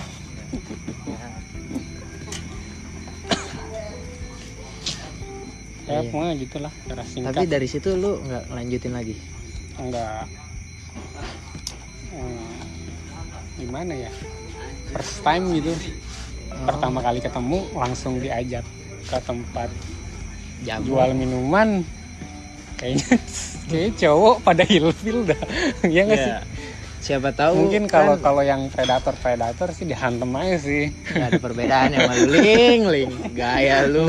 Ya Iya. pokoknya gitulah cara singkat. Tapi dari situ lu nggak lanjutin lagi. Enggak hmm, gimana ya, first time gitu. Oh. Pertama kali ketemu langsung diajak ke tempat Jamu. jual minuman, kayaknya kayak cowok pada ilfil dah. Ya nggak sih? Ya. Siapa tahu Mungkin kalau kan kalau yang predator predator sih dihantem aja sih. nggak ada perbedaan ya sama lu, Ling, Ling. Gaya lu.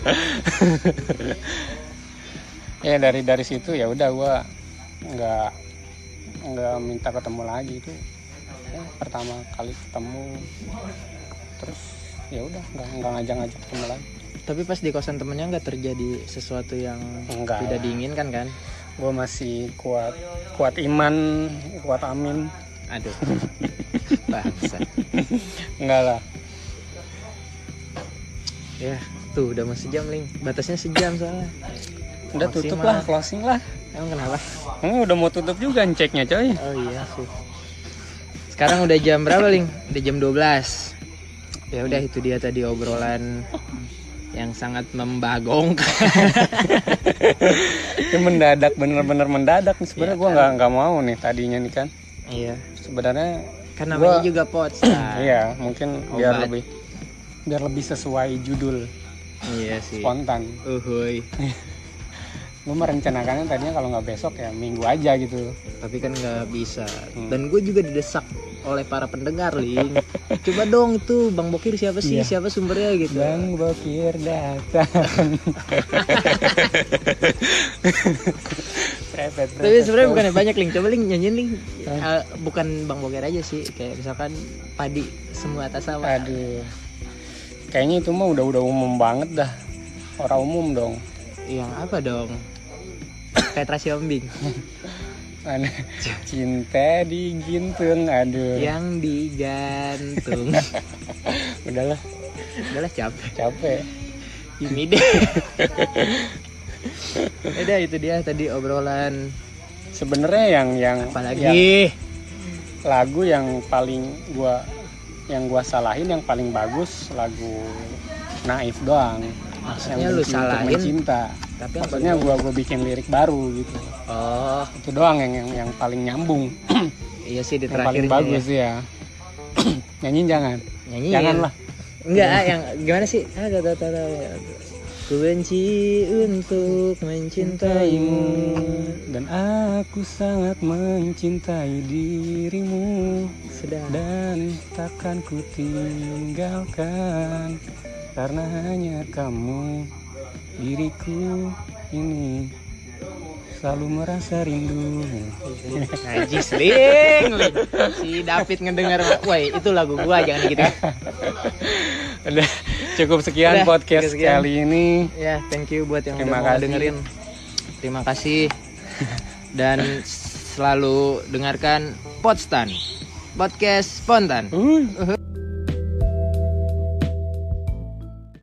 Ya dari dari situ ya udah gua nggak nggak minta ketemu lagi itu. Ya, pertama kali ketemu terus ya udah nggak nggak ngajak-ngajak ketemu lagi. Tapi pas di kosan temennya nggak terjadi sesuatu yang Enggak. tidak diinginkan kan? Gue masih kuat kuat iman, kuat amin. Aduh. Bangsa. Enggak lah. Ya, tuh udah mau sejam, Ling. Batasnya sejam soalnya. Udah Maksimal. tutup lah, closing lah. Emang kenapa? Hmm, udah mau tutup juga ceknya coy. Oh iya sih. Sekarang udah jam berapa, Ling? Udah jam dua belas. Ya udah itu dia tadi obrolan yang sangat membagongkan. Ini mendadak, bener-bener mendadak nih sebenarnya. Iya Gue kan? nggak nggak mau nih tadinya nih kan. Iya. Sebenarnya Kan namanya Gua- juga podcast. iya mungkin biar Obat. lebih biar lebih sesuai judul, Iya sih. spontan. Uhuy. Gue merencanakannya tadinya kalau nggak besok ya minggu aja gitu. Tapi kan nggak bisa. Hmm. Dan gue juga didesak oleh para pendengar, Ling. Coba dong itu Bang Bokir siapa sih? Iya. Siapa sumbernya gitu. Bang Bokir datang. Repet, Tapi repet. sebenarnya bukannya banyak, Ling. Coba Ling nyanyiin, Ling. Hah? Eh, bukan Bang Bokir aja sih, kayak misalkan padi semua atas sama. Aduh. Kayaknya itu mah udah udah umum banget dah. Orang umum dong. Yang apa dong? Kayak Trasy Ombing. Mana? Cinta digintung, aduh. Yang digantung. Udahlah, Udahlah capek. capek. Ini deh. Udah itu dia tadi obrolan. Sebenarnya yang yang Apalagi yang lagu yang paling gua yang gua salahin yang paling bagus lagu Naif doang. Maksudnya Yang lu benci untuk salahin, mencinta. tapi yang Maksudnya gua gua bikin lirik baru gitu. Oh, Itu doang yang yang, yang paling nyambung. iya sih di Yang paling terakhirnya bagus ya. Nyanyiin jangan. ya. Nyanyiin. Janganlah. Enggak, ah, yang gimana sih? Ada ada ada. Ku benci untuk mencintaimu. Dan aku sangat mencintai dirimu. Sudah. Dan takkan ku tinggalkan karena hanya kamu. Diriku ini selalu merasa rindu. Najis, Ling, Ling. Si David ngedenger, woi itu lagu gua jangan gitu. Udah cukup sekian Udah, podcast sekian. kali ini. Ya, thank you buat yang Terima udah mau kasih. dengerin. Terima kasih. Dan selalu dengarkan Podstan. Podcast spontan. Uh.